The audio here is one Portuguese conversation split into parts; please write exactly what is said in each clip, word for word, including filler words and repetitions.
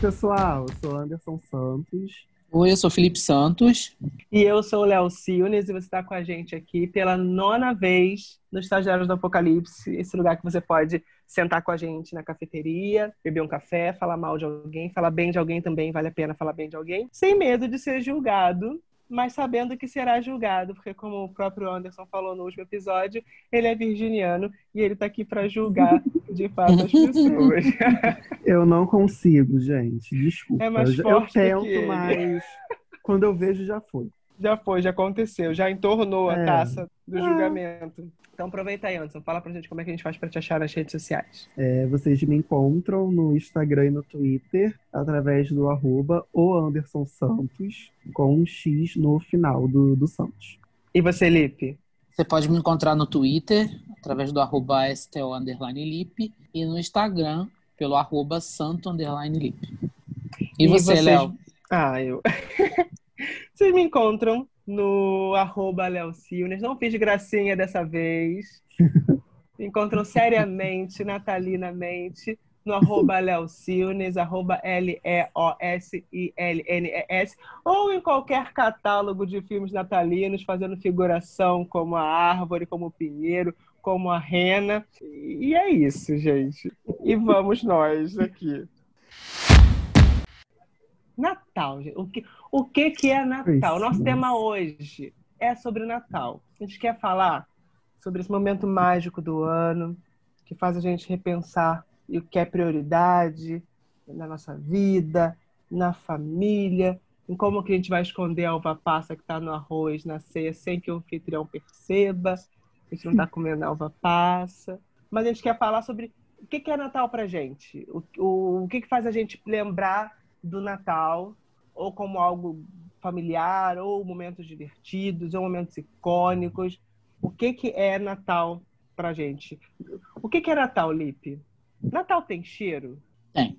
pessoal, eu sou Anderson Santos. Oi, eu sou Felipe Santos. E eu sou o Léo Silnes e você está com a gente aqui pela nona vez no Estagiários do Apocalipse, esse lugar que você pode sentar com a gente na cafeteria, beber um café, falar mal de alguém, falar bem de alguém também, vale a pena falar bem de alguém, sem medo de ser julgado, mas sabendo que será julgado, porque como o próprio Anderson falou no último episódio, ele é virginiano e ele está aqui para julgar de fato as pessoas. Eu não consigo, gente. Desculpa. É mais eu, forte eu do que tento, ele. mas quando eu vejo já foi. Já foi, já aconteceu, já entornou a É. taça do É. julgamento. Então aproveita aí, Anderson, fala pra gente como é que a gente faz pra te achar nas redes sociais. É, vocês me encontram no Instagram e no Twitter através do arroba o Anderson Santos, com um X no final do, do Santos. E você, Lipe? Você pode me encontrar no Twitter, através do arroba sto underline lip, e no Instagram, pelo arroba santo underline lip. E, E você, vocês- Léo? Ah, eu. Vocês me encontram no arroba Léo Silnes. Não fiz gracinha dessa vez. Me encontram seriamente, natalinamente, no arroba Léo Silnes, arroba L E O S I L N E S, ou em qualquer catálogo de filmes natalinos, fazendo figuração como a árvore, como o pinheiro, como a rena. E é isso, gente. E vamos nós aqui. Natal, gente. O que, o que que é Natal? O nosso Christmas. tema hoje é sobre Natal. A gente quer falar sobre esse momento mágico do ano, que faz a gente repensar o que é prioridade na nossa vida, na família, em como que a gente vai esconder a uva passa que está no arroz, na ceia, sem que o anfitrião perceba. A gente não está comendo a uva passa. Mas a gente quer falar sobre o que que é Natal pra gente. O, o, o que que faz a gente lembrar do Natal, ou como algo familiar, ou momentos divertidos, ou momentos icônicos. O que que é Natal pra gente? O que que é Natal, Lipe? Natal tem cheiro? Tem.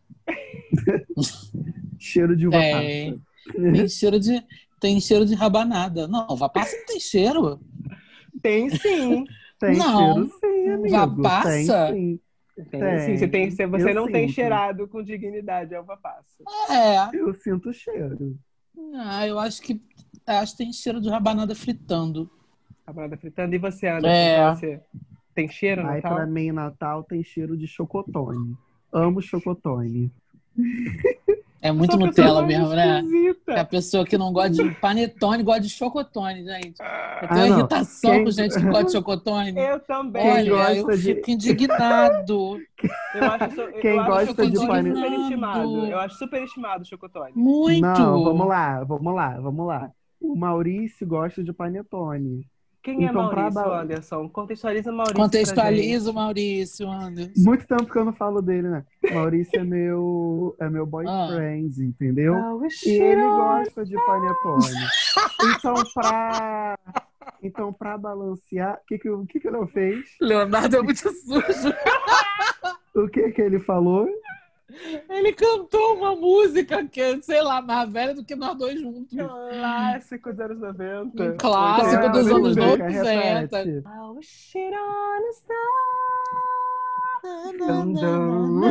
Cheiro de uva Tem. passa. Tem cheiro de, tem cheiro de rabanada. Não, uva passa não tem cheiro. Tem sim. Tem Não. cheiro sim, amigo. Uva passa? Tem sim. Tem, Tem. sim. Você, tem, você Eu não tem sinto. cheirado com dignidade a uva passa. É. Eu sinto cheiro. Ah, eu acho que acho que tem cheiro de rabanada fritando. A banana fritando. E você, Anderson? É. Pra você? Tem cheiro no Aí Natal? pra mim, Natal tem cheiro de chocotone. Amo chocotone. É muito Sou a pessoa Nutella mais mesmo, né? esquisita. É a pessoa que não gosta de panetone, gosta de chocotone, gente. Eu tenho Ah, não. irritação Quem- com gente que gosta de chocotone. Eu também. Quem Olha, gosta eu de- fico indignado. Eu acho, isso- eu Quem acho gosta o de chocotone pane- superestimado. Eu acho superestimado o chocotone. Muito. Não, vamos lá, vamos lá, vamos lá. O Maurício gosta de panetone. Quem é Então, pra Maurício, dar- Anderson? Contextualiza o Maurício pra Contextualiza o gente. Maurício, Anderson. Muito tempo que eu não falo dele, né? Maurício é meu, é meu boyfriend, entendeu? Ah, o E cheiro. ele gosta de panetone. Então, pra, então, pra balancear, o que que, o que que ele fez? Leonardo é muito sujo. O que que ele falou? Ele cantou uma música que, sei lá, mais velha do que nós dois juntos. Clássico dos anos noventa. Um clássico Qual é a dos anos música? noventa. Repete. Ah, o cheiro está andando.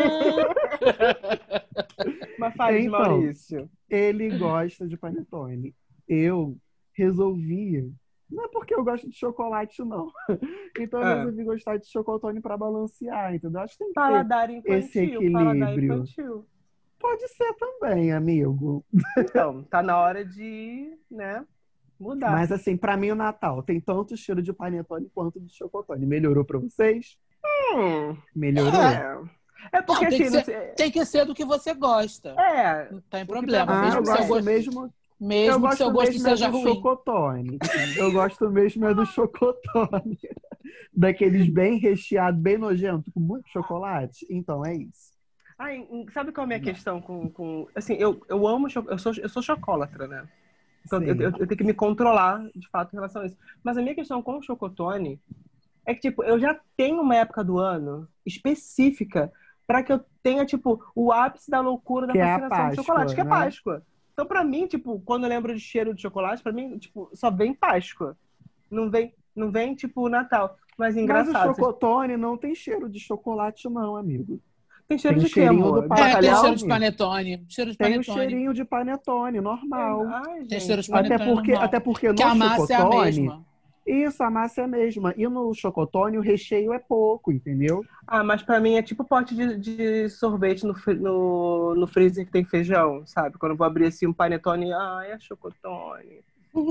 Mas fale de Então. Maurício. Ele gosta de panetone. Eu resolvi. Não é porque eu gosto de chocolate, não. Então eu Ah. resolvi gostar de chocotone para balancear, entendeu? Acho que tem que ter. Paladar esse infantil. Paladar equilíbrio. infantil. Pode ser também, amigo. Então, tá na hora de, né, mudar. Mas assim, para mim o Natal tem tanto cheiro de panetone quanto de chocotone. Melhorou para vocês? Hum, Melhorou? é. É porque Não, tem, assim, que não ser, sei- tem que ser do que você gosta. é, Não tem que problema. pra Ah, Mesmo eu que seu gosto gosto, mesmo. Eu mesmo que gosto seu gosto mesmo é seja do ruim. chocotone. Eu gosto mesmo é do chocotone. Daqueles bem recheados, bem nojento, com muito chocolate. Então é isso. ah, em- sabe qual é a minha questão com, com assim, eu, eu amo, cho- eu sou, eu sou chocólatra, né? Então eu, Sim. eu, eu tenho que me controlar, de fato, em relação a isso. Mas a minha questão com o chocotone é que, tipo, eu já tenho uma época do ano específica para que eu tenha, tipo, o ápice da loucura da Que é a fascinação de Páscoa, chocolate, que é né? Páscoa. Então, pra mim, tipo, quando eu lembro de cheiro de chocolate, pra mim, tipo, só vem Páscoa. Não vem, não vem tipo, Natal. Mas Mas o engraçado. vocês- chocotone não tem cheiro de chocolate, não, amigo. Tem cheiro Tem de quê, cheirinho amor? do De Bacalhau? É, tem bacalhau? cheiro de panetone. Cheiro de Tem o panetone. cheirinho de panetone, normal. Ai, Tem gente. cheiro de Até panetone porque, normal. até porque Que no a massa é a chocotone, mesma. isso, a massa é a mesma. E no chocotone o recheio é pouco, entendeu? Ah, mas pra mim é tipo pote de, de sorvete no, fri- no, no freezer que tem feijão, sabe? Quando eu vou abrir assim um panetone, ah, é chocotone.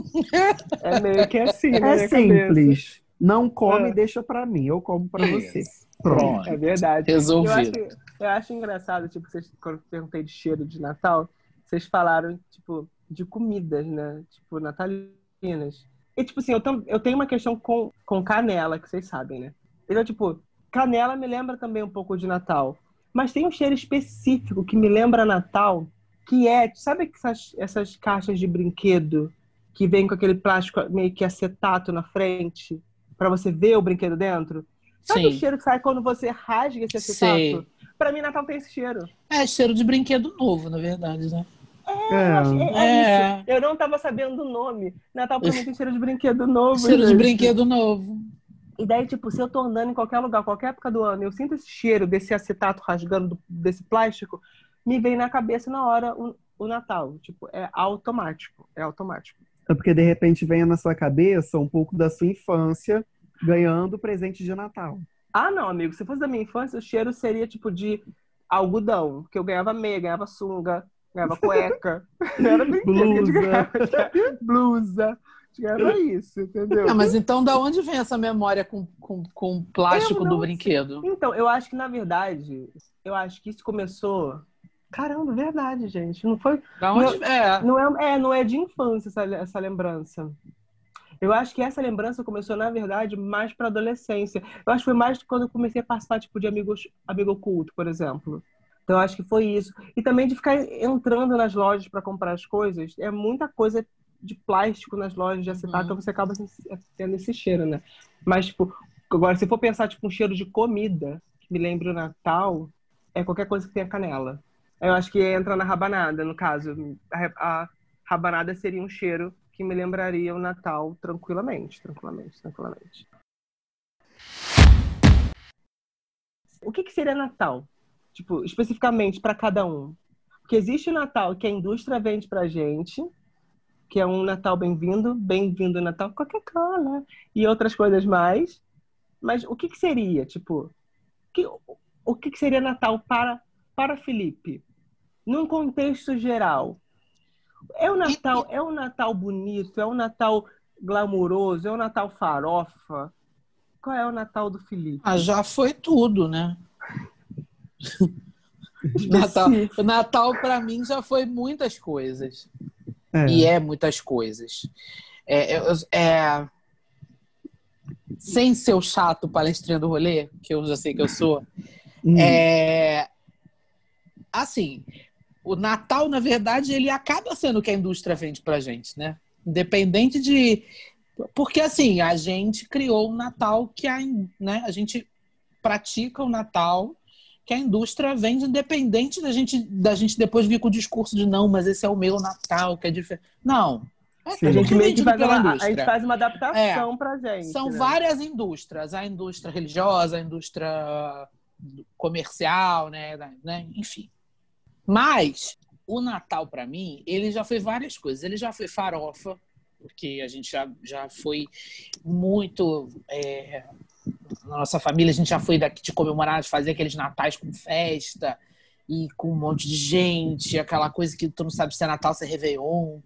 É meio que assim na É minha cabeça. simples. Não come e Ah, deixa pra mim. Eu como pra você. Isso. Pronto. Pronto. é verdade. Eu acho, Resolvido. eu acho engraçado, tipo, vocês, quando eu perguntei de cheiro de Natal, vocês falaram, tipo, de comidas, né? Tipo, natalinas. E, tipo assim, eu, tam, eu tenho uma questão com, com canela, que vocês sabem, né? Então, tipo, canela me lembra também um pouco de Natal. Mas tem um cheiro específico que me lembra Natal, que é, sabe essas, essas caixas de brinquedo que vem com aquele plástico meio que acetato na frente, pra você ver o brinquedo dentro? Sabe o Sim. cheiro que sai quando você rasga esse acetato? Sei. Pra mim, Natal tem esse cheiro. É cheiro de brinquedo novo, na verdade, né? É, eu achei, É. é, é isso. É. Eu não tava sabendo o nome. Natal pra mim tem cheiro de brinquedo novo, Cheiro de gente. brinquedo novo. E daí, tipo, se eu tô andando em qualquer lugar, qualquer época do ano, eu sinto esse cheiro desse acetato rasgando do- desse plástico, me vem na cabeça na hora o, o Natal. Tipo, é automático. É automático. É porque de repente vem na sua cabeça um pouco da sua infância ganhando presente de Natal. Ah, não, amigo. Se fosse da minha infância, o cheiro seria tipo de algodão. Porque eu ganhava meia, ganhava sunga, ganhava cueca. Não era brinquedo que a gente Blusa. ganhava. Blusa. A gente ganhava isso, entendeu? Ah, mas então da onde vem essa memória com, com, com o Eu plástico do não sei. brinquedo? Então, eu acho que, na verdade, eu acho que isso começou. Caramba, verdade, gente. Não foi. Da Não onde? É. não é, é, não é de infância essa, essa lembrança. Eu acho que essa lembrança começou, na verdade, mais para adolescência. Eu acho que foi mais quando eu comecei a participar, tipo, de amigos, amigo oculto, por exemplo. Então, eu acho que foi isso. E também de ficar entrando nas lojas para comprar as coisas. É muita coisa de plástico nas lojas de acetato, então Uhum. você acaba tendo esse cheiro, né? Mas, tipo, agora, se for pensar, tipo, um cheiro de comida, que me lembra o Natal, é qualquer coisa que tenha canela. Eu acho que entra na rabanada, no caso. A, a rabanada seria um cheiro que me lembraria o Natal tranquilamente, tranquilamente, tranquilamente. O que que seria Natal? Tipo, especificamente para cada um. Porque existe o Natal que a indústria vende pra gente, que é um Natal bem-vindo, bem-vindo Natal, Coca-Cola e outras coisas mais. Mas o que que seria, tipo, que, o que que seria Natal para para Felipe? Num contexto geral. É o E- Natal, e- é um Natal bonito, é um Natal glamouroso, é um Natal farofa. Qual é o Natal do ah, Felipe? já foi tudo, né? Natal, o Específico. Natal para mim já foi muitas coisas. E É. é muitas coisas. É, eu- é, sem ser o chato palestrinha do rolê, que eu já sei que eu sou, Hum. é, assim, o Natal, na verdade, ele acaba sendo o que a indústria vende pra gente, né? Independente de... Porque, assim, a gente criou um Natal que a, né, a gente pratica o Natal que a indústria vende, independente da gente, da gente depois vir com o discurso de não, mas esse é o meu Natal, que é diferente. Não. É Sim. A tudo gente meio que revendido faz pela uma, a gente indústria. faz uma É. adaptação pra gente, São né? várias indústrias. A indústria religiosa, a indústria comercial, né? né? Enfim. Mas o Natal, para mim, ele já foi várias coisas. Ele já foi farofa, porque a gente já, já foi muito... É, na nossa família, a gente já foi daqui de comemorar, de fazer aqueles natais com festa e com um monte de gente, aquela coisa que tu não sabe se é Natal, se é Réveillon.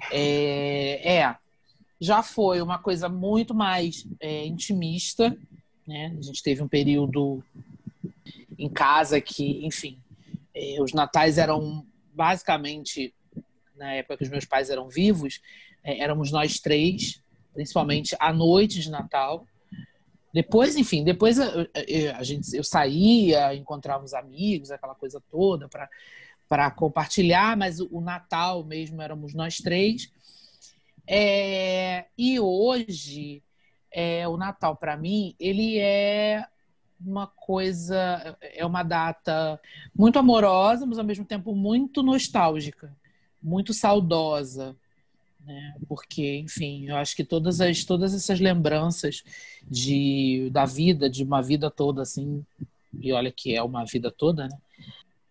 É, é já foi uma coisa muito mais é, intimista, né? A gente teve um período em casa que, enfim, é, os natais eram basicamente, na época que os meus pais eram vivos, é, éramos nós três, principalmente à noite de Natal. Depois, enfim, depois a, a, a gente, eu saía, encontrava os amigos, aquela coisa toda para compartilhar, mas o, o Natal mesmo éramos nós três. É, e hoje, é, o Natal, para mim, ele é uma coisa, é uma data muito amorosa, mas ao mesmo tempo muito nostálgica, muito saudosa. Né? Porque, enfim, eu acho que todas, as, todas essas lembranças de, da vida, de uma vida toda, assim, e olha que é uma vida toda, né?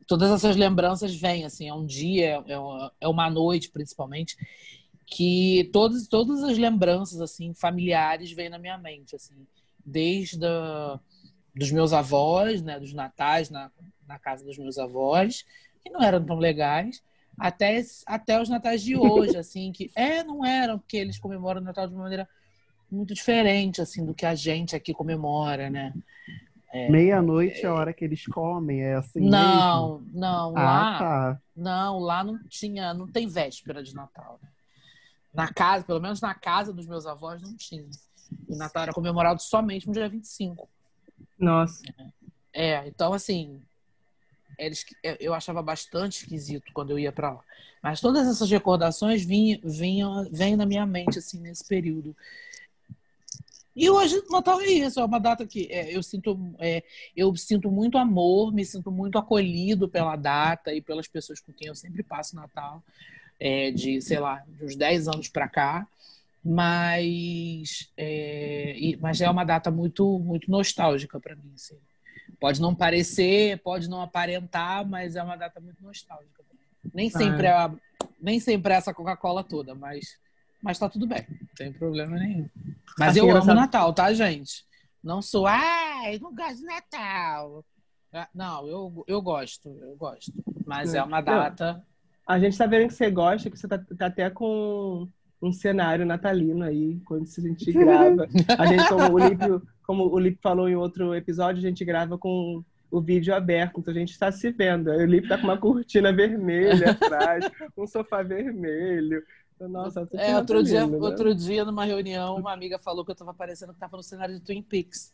todas essas lembranças vêm, assim, é um dia, é uma, é uma noite, principalmente, que todas, todas as lembranças, assim, familiares vêm na minha mente, assim, desde a, dos meus avós, né, dos natais na, na casa dos meus avós, que não eram tão legais, até, até os natais de hoje, assim, que é, não eram, porque eles comemoram o Natal de uma maneira muito diferente, assim, do que a gente aqui comemora, né? É, Meia-noite é a hora que eles comem, é assim mesmo? não, não, Ah, lá, tá. não, lá não tinha, não tem véspera de Natal, né? Na casa, pelo menos na casa dos meus avós, não tinha. O Natal era comemorado somente no dia vinte e cinco. Nossa. É, então, assim, eles, eu achava bastante esquisito quando eu ia pra lá. Mas todas essas recordações vinham, vinham, vêm na minha mente, assim, nesse período. E hoje o Natal é isso, é uma data que é, eu, sinto, é, eu sinto muito amor, me sinto muito acolhido pela data e pelas pessoas com quem eu sempre passo Natal, é, de, sei lá, de uns dez anos para cá. Mas é, e, mas é uma data muito, muito nostálgica para mim. Assim. Pode não parecer, pode não aparentar, mas é uma data muito nostálgica. Nem sempre, Ah. é, nem sempre é essa Coca-Cola toda, mas, mas tá tudo bem, não tem problema nenhum. Mas Acho eu amo engraçado. Natal, tá, gente? Não sou, ai, não gosto de Natal. Não, eu, eu gosto, eu gosto. Mas é uma data. A gente tá vendo que você gosta, que você tá, tá até com um cenário natalino aí, quando a gente grava. A gente, como o Lipe, como o Lipe falou em outro episódio, a gente grava com o vídeo aberto, então a gente está se vendo. Aí o Lipe tá com uma cortina vermelha atrás, um sofá vermelho. Nossa, tudo é, outro dia, né? outro dia, numa reunião, uma amiga falou que eu tava parecendo que tava no cenário de Twin Peaks.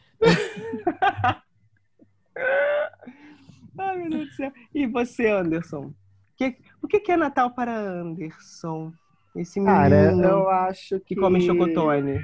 Ai, meu Deus do céu. E você, Anderson? Que, o que é Natal para Anderson? Esse menino Cara, eu acho que... que come chocotone.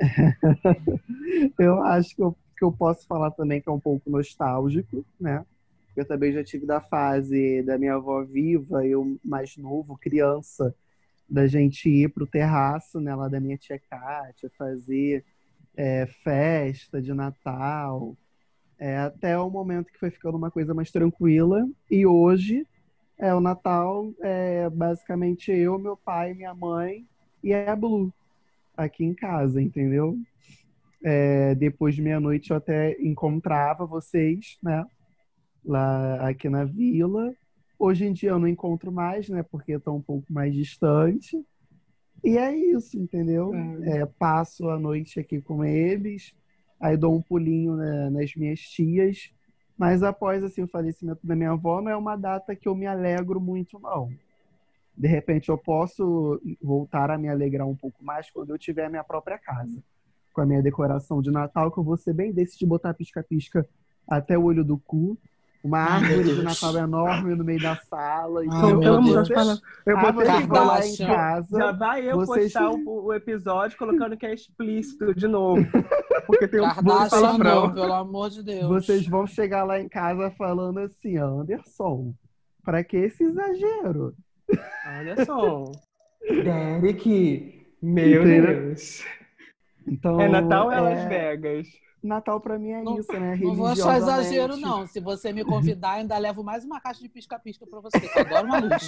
eu acho que eu, que eu posso falar também que é um pouco nostálgico, né? Eu também já tive da fase da minha avó viva, eu mais novo, criança, da gente ir pro terraço, né, lá da minha tia Kátia, fazer é, festa de Natal, é, até o momento que foi ficando uma coisa mais tranquila. E hoje, é o Natal, é basicamente eu, meu pai, minha mãe e a Blue aqui em casa, entendeu? É, depois de meia-noite eu até encontrava vocês, né, lá aqui na vila. Hoje em dia eu não encontro mais, né, porque estou um pouco mais distante. E é isso, entendeu? É, passo a noite aqui com eles, aí dou um pulinho, né, nas minhas tias, mas após assim, o falecimento da minha avó, não é uma data que eu me alegro muito, não. De repente eu posso voltar a me alegrar um pouco mais quando eu tiver a minha própria casa, com a minha decoração de Natal, que eu vou ser bem desse de botar pisca-pisca até o olho do cu, uma árvore de Natal enorme no meio da sala. Ai, eu meu amo Deus. essas Eu ah, botei vocês que vão lá em Kardashian. casa. Já vai eu vocês... postar o, o episódio colocando que é explícito de novo. Porque tem um Kardashian, palavrão. não, pelo amor de Deus. Vocês vão chegar lá em casa falando assim, Anderson, pra que esse exagero? Anderson, Derek, meu Entendeu? Deus. Então, É Natal ou é é... Las Vegas? Natal pra mim é Não, isso, né? não vou achar Religiosamente. exagero, não. Se você me convidar, ainda levo mais uma caixa de pisca-pisca pra você, que eu adoro uma luz.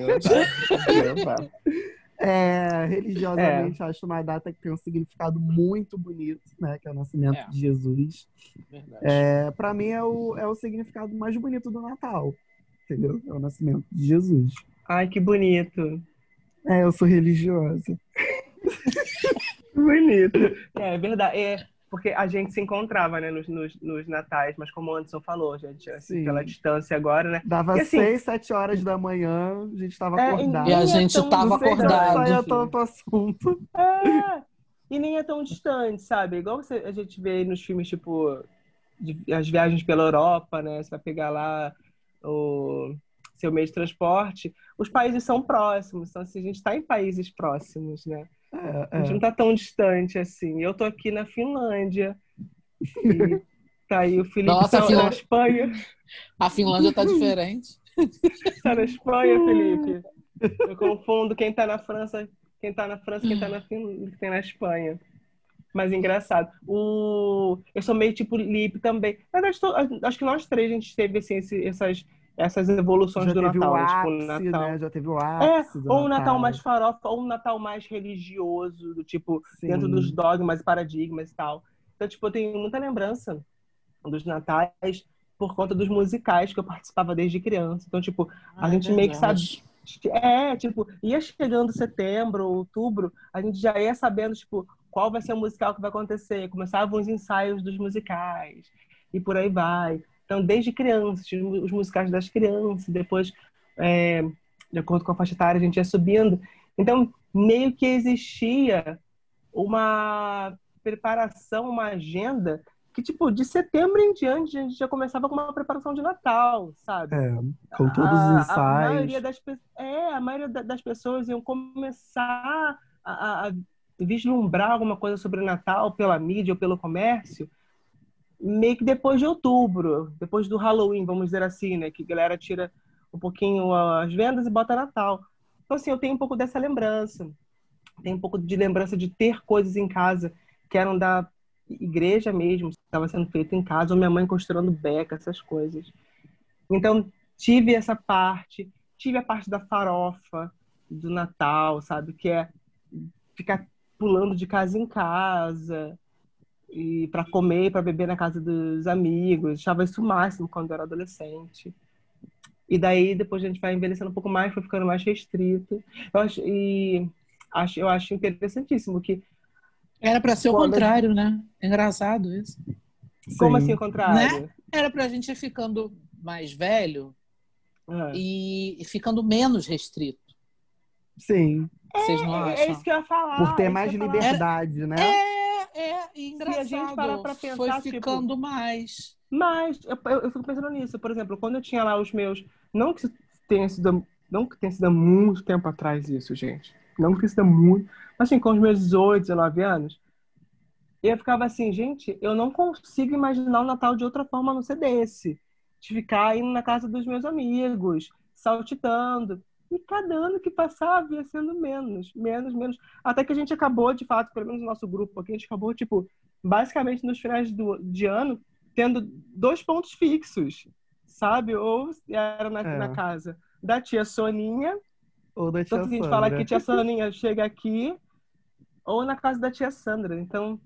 É, religiosamente, é. acho uma data que tem um significado muito bonito, né? Que é o nascimento É. de Jesus. Verdade. É, para mim, é o, é o significado mais bonito do Natal, entendeu? É o nascimento de Jesus. Ai, que bonito. É, eu sou religiosa. Bonito. É, é verdade. É, porque a gente se encontrava, né, nos, nos, nos natais, mas como o Anderson falou, gente, assim, pela distância agora, né? Dava e, assim, seis, sete horas da manhã, a gente estava é, acordado. E a gente é tão, tava não sei acordado. quando saia tanto assunto. É, e nem é tão distante, sabe? Igual você, a gente vê nos filmes, tipo, de, as viagens pela Europa, né? Você vai pegar lá o seu meio de transporte. Os países são próximos, então assim, a gente está em países próximos, né? É, a gente é. não tá tão distante assim. Eu tô aqui na Finlândia. E tá aí o Felipe. Nossa, tá Finlândia... na Espanha. A Finlândia tá diferente. Tá na Espanha, Felipe. Eu confundo quem tá na França, quem tá na França, quem tá na Finlândia, quem tá na Espanha. Mas engraçado. O... Eu sou meio tipo Lipe também. Na verdade, tô... acho que nós três a gente teve assim, esse, essas essas evoluções Já do teve Natal, o né? Tipo, o ápice, Natal. né? Já teve o É, ápice do ou um Natal mais Natal. farofa, ou um Natal mais religioso, do tipo, dentro dos Sim. dogmas e paradigmas e tal. Então, tipo, eu tenho muita lembrança dos natais por conta dos musicais que eu participava desde criança. Então, tipo, a Ah, é gente meio que sabe. verdade. É, tipo, ia chegando setembro, outubro, a gente já ia sabendo, tipo, qual vai ser o musical que vai acontecer. Começavam os ensaios dos musicais e por aí vai. Então, desde criança, tinha os musicais das crianças, depois, é, de acordo com a faixa etária, a gente ia subindo. Então, meio que existia uma preparação, uma agenda que, tipo, de setembro em diante, a gente já começava com uma preparação de Natal, sabe? É, com todos os A, a maioria ensaios. das pe- é, a maioria da- das pessoas iam começar a, a- a vislumbrar alguma coisa sobre o Natal pela mídia ou pelo comércio, meio que depois de outubro, depois do Halloween, vamos dizer assim, né? Que a galera tira um pouquinho as vendas e bota Natal. Então, assim, eu tenho um pouco dessa lembrança. Tenho um pouco de lembrança de ter coisas em casa que eram da igreja mesmo, estava sendo feito em casa, ou minha mãe costurando beca, essas coisas. Então, tive essa parte, tive a parte da farofa do Natal, sabe? Que é ficar pulando de casa em casa e para comer, para beber na casa dos amigos. Achava isso o máximo quando eu era adolescente. E daí, depois a gente vai envelhecendo um pouco mais, foi ficando mais restrito. Eu acho, e acho, eu acho interessantíssimo que Era para ser o quando a gente... contrário, né? É engraçado isso. Como assim o Sim. Né? contrário? Era pra gente ir ficando mais velho Ah. e ficando menos restrito. Sim. Vocês não É, é isso acham? que eu ia Por falar, ter é isso que mais eu ia falar. Era, liberdade, né? é, é, e Se a gente parar engraçado, para foi pensar, tipo, ficando mais. mas eu, eu, eu fico pensando nisso. Por exemplo, quando eu tinha lá os meus. Não que isso tenha sido. Não que tenha sido há muito tempo atrás isso, gente. Não que tenha sido há muito. Mas assim, com os meus dezoito, dezenove anos, eu ficava assim, gente, eu não consigo imaginar o Natal de outra forma a não ser desse. De ficar indo na casa dos meus amigos, saltitando. E cada ano que passava ia sendo menos, menos, menos. Até que a gente acabou, de fato, pelo menos no nosso grupo aqui, a gente acabou, tipo, basicamente nos finais do, de ano, tendo dois pontos fixos, sabe? Ou era na, na É. casa da tia Soninha, Ou da tia tanto que a gente fala que Sandra. tia Soninha chega aqui, ou na casa da tia Sandra. Então,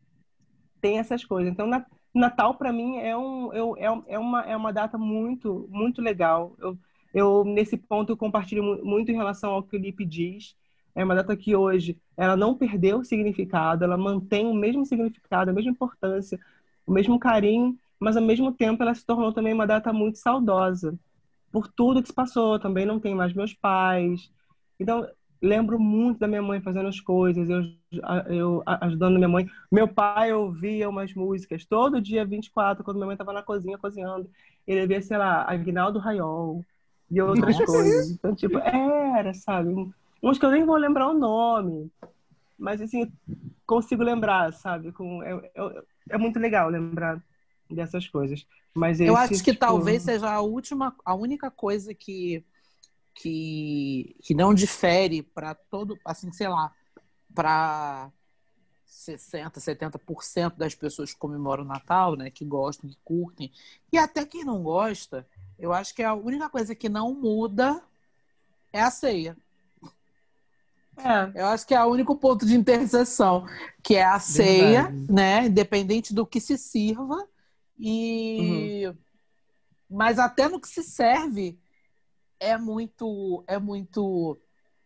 tem essas coisas. Então, na- Natal para mim é um eu, é, um- é uma é uma data muito muito legal. Eu, eu nesse ponto eu compartilho mu- muito em relação ao que o Lipe diz. É uma data que hoje ela não perdeu o significado, ela mantém o mesmo significado, a mesma importância, o mesmo carinho, mas ao mesmo tempo ela se tornou também uma data muito saudosa por tudo que se passou. Também não tenho mais meus pais. Então, lembro muito da minha mãe fazendo as coisas, eu, eu ajudando minha mãe. Meu pai ouvia umas músicas todo dia vinte e quatro, quando minha mãe estava na cozinha cozinhando. Ele via, sei lá, Aguinaldo Raiol e outras Nossa. coisas. Então, tipo, era, sabe? Uns que eu nem vou lembrar o nome, mas, assim, consigo lembrar, sabe? Com, é, é, é muito legal lembrar dessas coisas. Mas Eu esse, acho que tipo... talvez seja a última, a única coisa que, que, que não difere para todo, assim, sei lá, para sessenta, setenta por cento das pessoas que comemoram o Natal, né, que gostam, que curtem, e até quem não gosta, eu acho que a única coisa que não muda é a ceia. É, Eu acho que é o único ponto de interseção, que é a ceia, Verdade. né, independente do que se sirva, uhum. e mas até no que se serve é muito é muito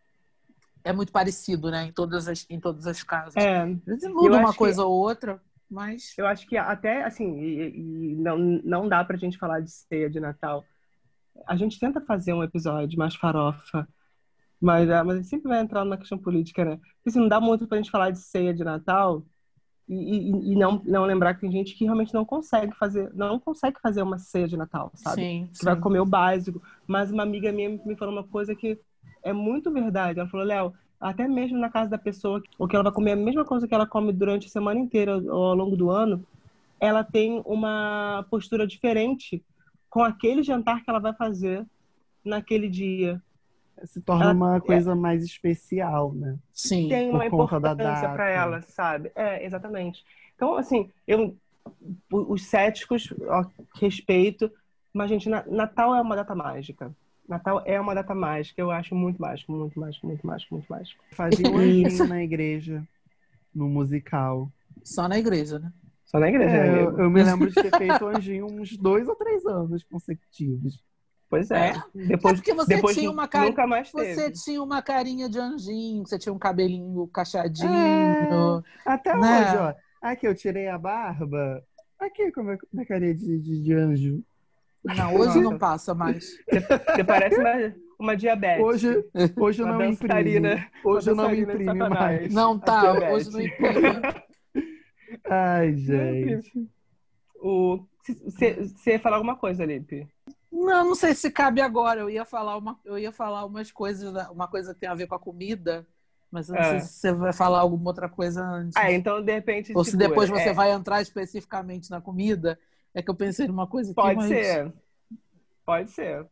é muito parecido, né, em todas as em todas as casas. É, Às vezes e eu muda uma acho que coisa ou outra, mas eu acho que até assim, e, e não, não dá pra gente falar de ceia de Natal. A gente tenta fazer um episódio mais farofa, mas, ah, mas a gente sempre vai entrar numa questão política, né? Porque assim, não dá muito pra gente falar de ceia de Natal e, e, e não, não lembrar que tem gente que realmente não consegue fazer, não consegue fazer uma ceia de Natal, sabe? sim, Que vai sim. comer o básico. Mas uma amiga minha me falou uma coisa que é muito verdade. Ela falou, Léo, até mesmo na casa da pessoa, ou que ela vai comer a mesma coisa que ela come durante a semana inteira ou ao longo do ano, ela tem uma postura diferente com aquele jantar que ela vai fazer naquele dia. Se torna Ela uma é, coisa mais especial, né? Sim. tem Por uma conta da importância para data. ela, sabe? É, exatamente. Então, assim, eu, os céticos, ó, respeito, Mas, gente, na- Natal é uma data mágica. Natal é uma data mágica. Eu acho muito mágico, muito mágico, muito mágico, muito mágico. Fazia um anjinho na igreja, no musical. Só na igreja, né? Só na igreja, É, né, eu, amigo? eu me lembro de ter feito o anjinho uns dois ou três anos consecutivos. Pois é. É? É Depois, porque você depois tinha uma cara... nunca mais Você teve. tinha uma carinha de anjinho, você tinha um cabelinho É, cacheadinho, até hoje, né? ó. Aqui eu tirei a barba. Aqui como é minha carinha de, de, de anjo. Não, hoje não Nossa, passa mais. você, você parece uma, uma diabetes. Hoje, hoje eu Uma não imprime. dançarina. Uma Hoje eu não dançarina de imprime mais. Satanás. Não A tá, tia hoje não Beth. imprime. Ai, Não, primo. gente. O... Você você ia falar alguma coisa, Lipe? Não, não sei se cabe agora. Eu ia falar uma, eu ia falar umas coisas, uma coisa que tem a ver com a comida, mas eu não sei Ah. se você vai falar alguma outra coisa antes. Ah, então de repente. Ou se segura. depois você É, vai entrar especificamente na comida. É que eu pensei numa coisa aqui, Pode mas... ser. Pode ser.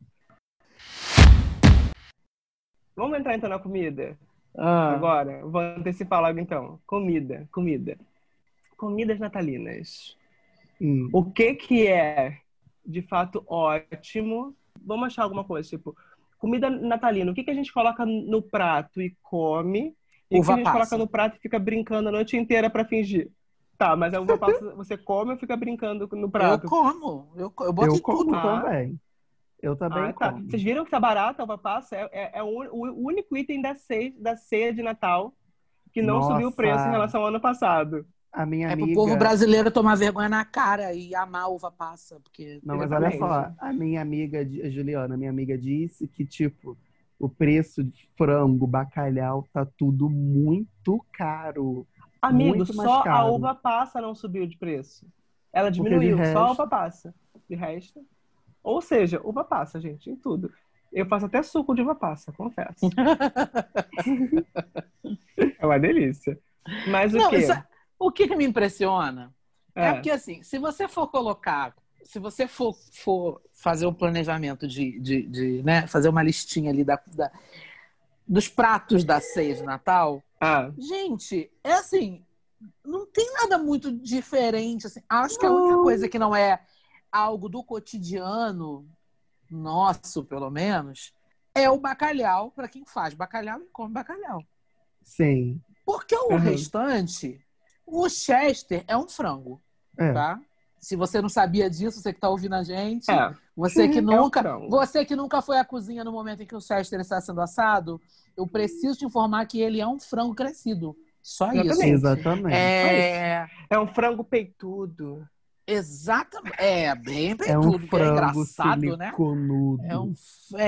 Vamos entrar então na comida? Ah, Agora, vou antecipar logo então. Comida, comida. Comidas natalinas. Hum. O que que é, de fato, ótimo? Vamos achar alguma coisa, tipo, comida natalina. O que que a gente coloca no prato e come? E o que Uva a gente coloca passa. no prato e fica brincando a noite inteira pra fingir? Tá, mas a uva passa você come ou fica brincando no Eu prato? como. Eu, co- eu boto Eu em como tudo. Ah, também. Eu também ah, tá. como. Vocês viram que tá barata a uva passa? É, é, é o, o único item da ceia, da ceia de Natal que não subiu o preço em Nossa, relação ao ano passado. a minha É pro povo amiga. brasileiro tomar vergonha na cara e amar a uva passa. Porque... Não, mas olha só, Exatamente. a minha amiga, di- a Juliana, minha amiga disse que, tipo, o preço de frango, bacalhau, tá tudo muito caro. Amigo, Muito mais só a caro. uva passa não subiu de preço. Ela Porque de diminuiu, só a uva resto, passa. De resto. Ou seja, uva passa, gente, em tudo. Eu faço até suco de uva passa, confesso. É uma delícia. Mas o Não, isso quê? é- o que que me impressiona é É. porque, assim, se você for colocar, se você for, for fazer um planejamento de, de, de, né, fazer uma listinha ali da, da- dos pratos da ceia de Natal, Ah, gente, é assim, não tem nada muito diferente, assim. Acho que a única não. coisa que não é algo do cotidiano, nosso, pelo menos, é o bacalhau, para quem faz bacalhau e come bacalhau. Sim. Porque o uhum. restante, o Chester é um frango, É. tá? Se você não sabia disso, você que está ouvindo a gente, É, você que é um nunca, frango. você que nunca foi à cozinha no momento em que o Chester está sendo assado, eu preciso te informar que ele é um frango crescido. Só isso. Exatamente. Exatamente. É, É um frango peitudo. exatamente. É bem É um peitudo, que é frango engraçado, né? siliconudo. É um,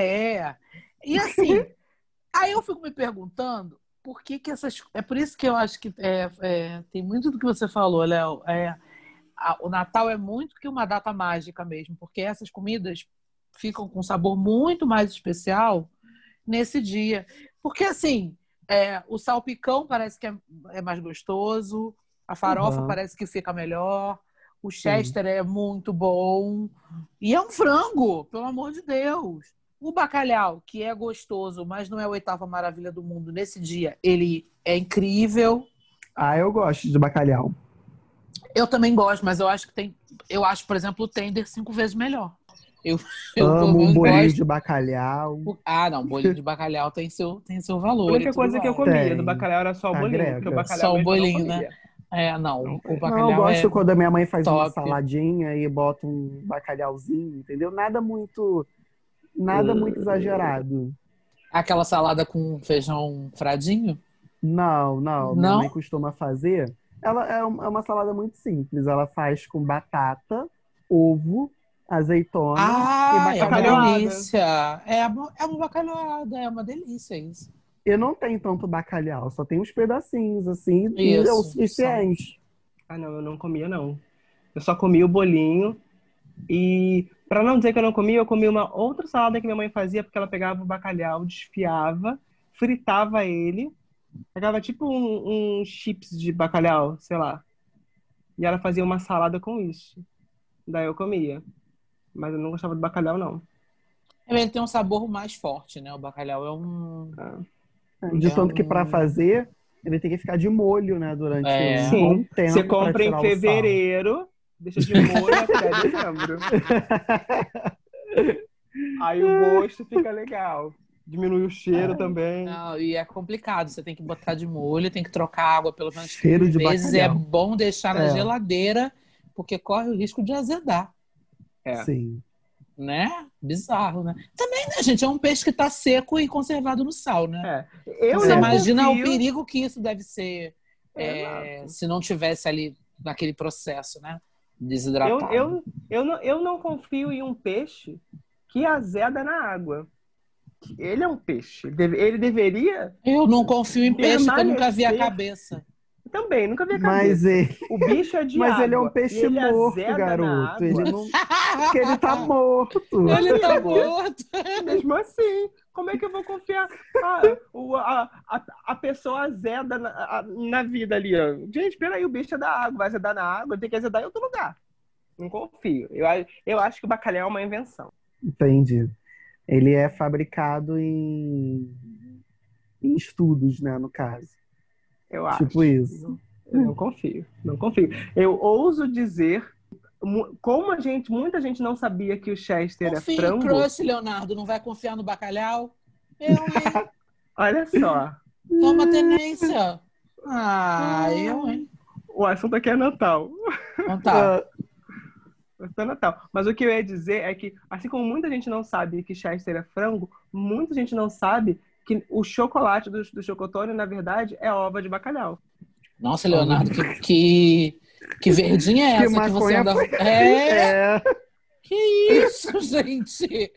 é. E assim, aí eu fico me perguntando por que que essas. É por isso que eu acho que é, é, tem muito do que você falou, Léo. É, a- o Natal é muito que uma data mágica mesmo, porque essas comidas ficam com um sabor muito mais especial nesse dia. Porque assim, é, o salpicão parece que é, é mais gostoso, a farofa Aham, parece que fica melhor, o sim. Chester é muito bom. E é um frango, pelo amor de Deus. O bacalhau, que é gostoso, mas não é a oitava maravilha do mundo nesse dia, ele é incrível. Ah, eu gosto de bacalhau. Eu também gosto, mas eu acho que tem. Eu acho, por exemplo, o tender cinco vezes melhor. Eu, eu pelo Amo um menos bolinho gosto. de bacalhau. Ah, não, bolinho de bacalhau tem seu, tem seu A valor e única tudo coisa que eu mais. comia do Tem. bacalhau era só o bolinho, porque o Agrega. bacalhau Só o mesmo eu não bolinho, né? comia. É, Não não, o comia. Não, eu bacalhau gosto é quando a minha mãe faz uma top. saladinha e bota um bacalhauzinho, entendeu? Nada muito, nada muito exagerado. Aquela salada com feijão fradinho? Não, não. Minha mãe Não? costuma fazer. Ela é um- é uma salada muito simples. Ela faz com batata, ovo, azeitona e Ah, é uma bacalhau. delícia. É uma, é uma bacalhoada, é uma delícia isso. Eu não tenho tanto bacalhau, só tem uns pedacinhos assim e é o Isso, só. suficiente. Ah, não, eu não comia, não. Eu só comia o bolinho. E, pra não dizer que eu não comia, eu comia uma outra salada que minha mãe fazia, porque ela pegava o bacalhau, desfiava, fritava ele, pegava tipo um, um chips de bacalhau, sei lá. E ela fazia uma salada com isso. Daí eu comia. Mas eu não gostava do bacalhau, não. Ele tem um sabor mais forte, né? O bacalhau é um. Ah. De É tanto que para um. fazer, ele tem que ficar de molho, né, durante É. um bom Sim, você tempo para compra em tirar o sal. fevereiro, deixa de molho até dezembro. Aí o gosto fica legal. Diminui o cheiro também. Não, e é complicado. Você tem que botar de molho, tem que trocar água pelo menos Cheiro três de vezes. É bacalhau. bom deixar na É. geladeira, porque corre o risco de azedar, É. Sim. né? Bizarro, né? Também, né, gente? É um peixe que tá seco e conservado no sal, né? É. Eu Você não imagina confio... o perigo que isso deve ser É, é, se não tivesse ali naquele processo, né? Eu, Desidratado. eu, eu, não, eu não confio em um peixe que azeda na água. Ele é um peixe. Ele deve- ele deveria Eu não confio em peixe que eu nunca vi a permanecer. cabeça. Também, nunca vi a Mas cabeça. ele, O bicho é de mas água. ele é um e peixe ele morto, azeda na garoto. água. Ele não. Porque ele tá morto. Ele tá Amigo. morto. Mesmo assim, como é que eu vou confiar? Ah, o, a, a, a pessoa azeda na, a- na vida ali. Ó. Gente, peraí, o bicho é da água. Vai azedar na água, tem que azedar em outro lugar. Não confio. Eu, a- eu acho que o bacalhau é uma invenção. Entendi. Ele é fabricado em, em estudos, né, no caso. Eu acho. Tipo isso. Eu não confio. Não confio. Eu ouso dizer, mu- como a gente, muita gente não sabia que o Chester é Confia em frango. crush, Leonardo. Não vai confiar no bacalhau? Eu, hein? Olha só. Toma tenência. Ah, eu, hein? O assunto aqui é Natal. Então tá. O assunto é Natal. Mas o que eu ia dizer é que, assim como muita gente não sabe que Chester é frango, muita gente não sabe que o chocolate do, do chocotone, na verdade, é ova de bacalhau. Nossa, Leonardo, que, que, que verdinha é Que essa que você maconha anda... foi- É? É. Que isso, gente?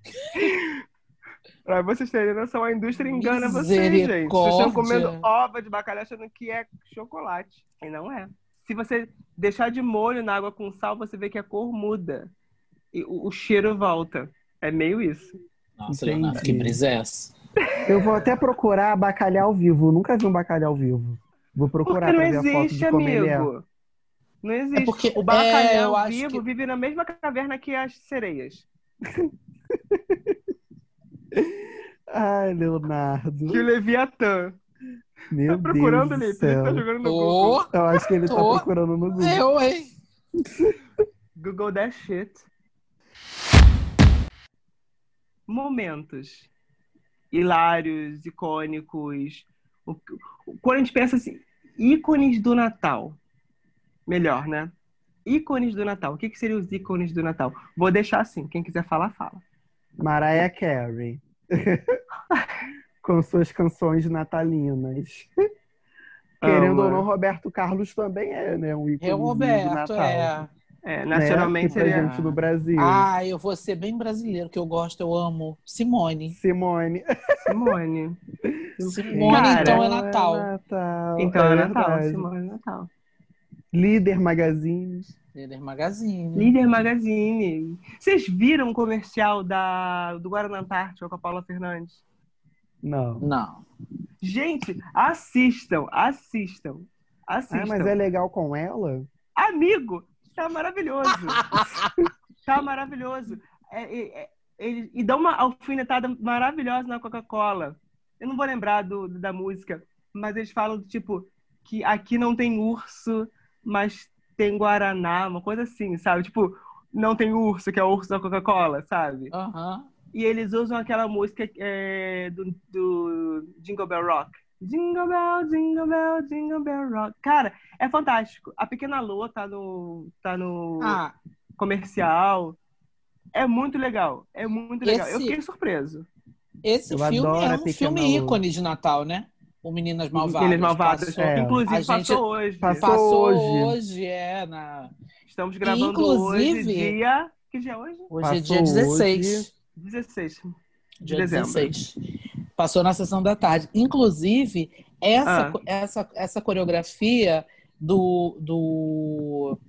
Pra vocês terem noção, a indústria engana vocês, gente. Vocês estão Misericórdia. comendo ova de bacalhau achando que é chocolate. E não é. Se você deixar de molho na água com sal, você vê que a cor muda. E o, o cheiro volta. É meio isso. Nossa, Entendi. Leonardo, que brisa é essa? Eu vou até procurar bacalhau vivo. Nunca vi um bacalhau vivo. Vou procurar Porque não pra ver a foto existe, de como ele é. amigo. Não existe. É porque- o é, bacalhau eu acho vivo que- vive na mesma caverna que as sereias. Ai, Leonardo. Que o Leviatã. Meu Tá procurando, Deus do Lipe? Ele tá céu. jogando no Google. Tô. Eu acho que ele tá Tô. procurando no Google. Eu, hein? Google that shit. Momentos hilários, icônicos. O- o- Quando a gente pensa assim, ícones do Natal. Melhor, né? Ícones do Natal. O que, que seriam os ícones do Natal? Vou deixar assim. Quem quiser falar, fala. Mariah Carey. Com suas canções natalinas. Querendo ou não, Roberto Carlos também é, né? Um ícone É o do Roberto, Natal. é. É, Né? nacionalmente Aqui pra seria... gente do Brasil. Ah, eu vou ser bem brasileiro, que eu gosto, eu amo. Simone. Simone. Simone. Simone, Cara, então é Não Natal. Natal. Então é, É Natal. verdade. Simone é Natal. Líder Magazine. Líder Magazine. Líder Magazine. Vocês viram o comercial da, do Guaraná Antártica com a Paula Fernandes? Não. Não. Gente, assistam, assistam, assistam. Ah, mas é legal com ela? Amigo, tá maravilhoso. Tá maravilhoso. É, é, é, ele, e dá uma alfinetada maravilhosa na Coca-Cola. Eu não vou lembrar do, da música, mas eles falam, tipo, que aqui não tem urso, mas tem Guaraná, uma coisa assim, sabe? Tipo, não tem urso, que é o urso da Coca-Cola, sabe? Aham. E eles usam aquela música é, do, do Jingle Bell Rock. Jingle Bell, Jingle Bell, Jingle Bell Rock. Cara, é fantástico. A Pequena Lô tá no, tá no Ah, comercial. É muito legal. É muito legal. Eu Esse- fiquei surpreso. esse Eu filme adoro é a um Pequena filme Lô. ícone de Natal, né? O Meninas Malvadas. Meninas Malvadas. Passou, É. Inclusive, A gente- passou hoje. Passou passou hoje. hoje. é. Na... Estamos gravando hoje, Inclusive- dia... Que dia é hoje? Hoje é Passou dia dezesseis. dezesseis de Dia dezembro. dezesseis. Passou na sessão da tarde. Inclusive, essa, Ah. essa, essa coreografia do, do,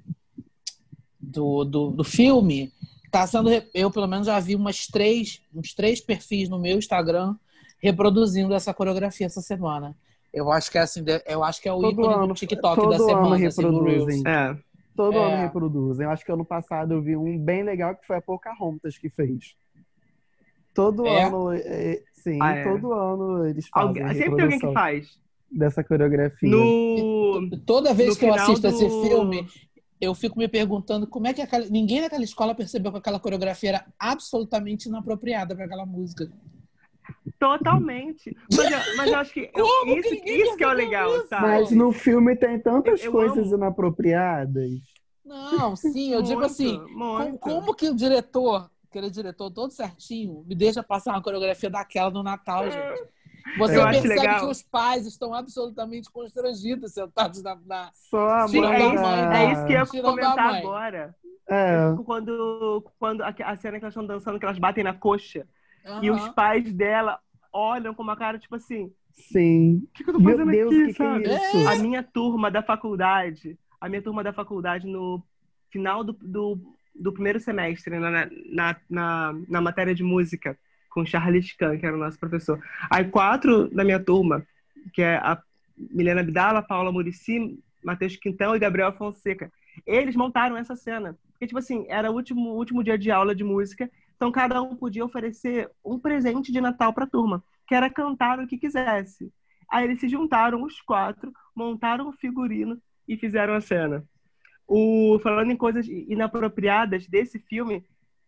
do, do, do filme tá sendo. re- Eu, pelo menos, já vi umas três, uns três perfis no meu Instagram reproduzindo essa coreografia essa semana. Eu acho que é assim, de- eu acho que é o Todo ícone ano- do TikTok todo da ano semana, assim, do reproduzem. Reels. É. Todo É. ano reproduzem. Eu acho que ano passado eu vi um bem legal que foi a Pocahontas que fez. Todo É? ano, é, sim, Ah, é. todo ano eles fazem Alguém, a sempre tem alguém que reprodução faz. dessa coreografia. No... Toda vez No que eu final assisto esse do- filme, eu fico me perguntando como é que aquela... ninguém naquela escola percebeu que aquela coreografia era absolutamente inapropriada para aquela música. Totalmente. Mas eu, mas eu acho que eu, Como isso, que ninguém isso que é o percebeu legal, isso? sabe? Mas no filme tem tantas Eu- eu coisas amo. inapropriadas. Não, sim, eu digo Muito, assim, como, muito. como que o diretor, aquele diretor todo certinho, me deixa passar uma coreografia daquela no Natal, gente? Você Eu acho percebe legal. que os pais estão absolutamente constrangidos, sentados na... na... Só a Sim, mãe é Tirando a isso, mãe, é né? isso que eu ia Tirando a comentar mãe. agora. É, Quando, quando a, a cena que elas estão dançando, que elas batem na coxa, e os Aham. pais dela olham com uma cara tipo assim: sim. o que, que eu tô Meu fazendo Deus, o aqui, que que é sabe? isso? A minha turma da faculdade, a minha turma da faculdade, no final do, do, do primeiro semestre, na, na, na, na matéria de música, com Charles Kahn, que era o nosso professor. Aí quatro da minha turma, que é a Milena Abdala, Paula Muricy, Matheus Quintão e Gabriel Fonseca, eles montaram essa cena. Porque, tipo assim, era o último, último dia de aula de música, então cada um podia oferecer um presente de Natal para a turma, que era cantar o que quisesse. Aí eles se juntaram, os quatro, montaram o figurino e fizeram a cena. O, falando em coisas inapropriadas desse filme,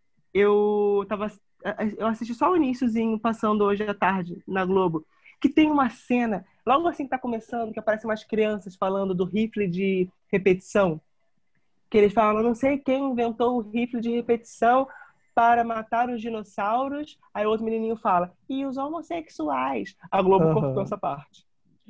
eu tava, eu assisti só o iniciozinho passando hoje à tarde na Globo, que tem uma cena, logo assim que tá começando, que aparecem umas crianças falando do rifle de repetição, que eles falam, não sei quem inventou o rifle de repetição para matar os dinossauros. Aí outro menininho fala, e os homossexuais. A Globo Aham. cortou essa parte.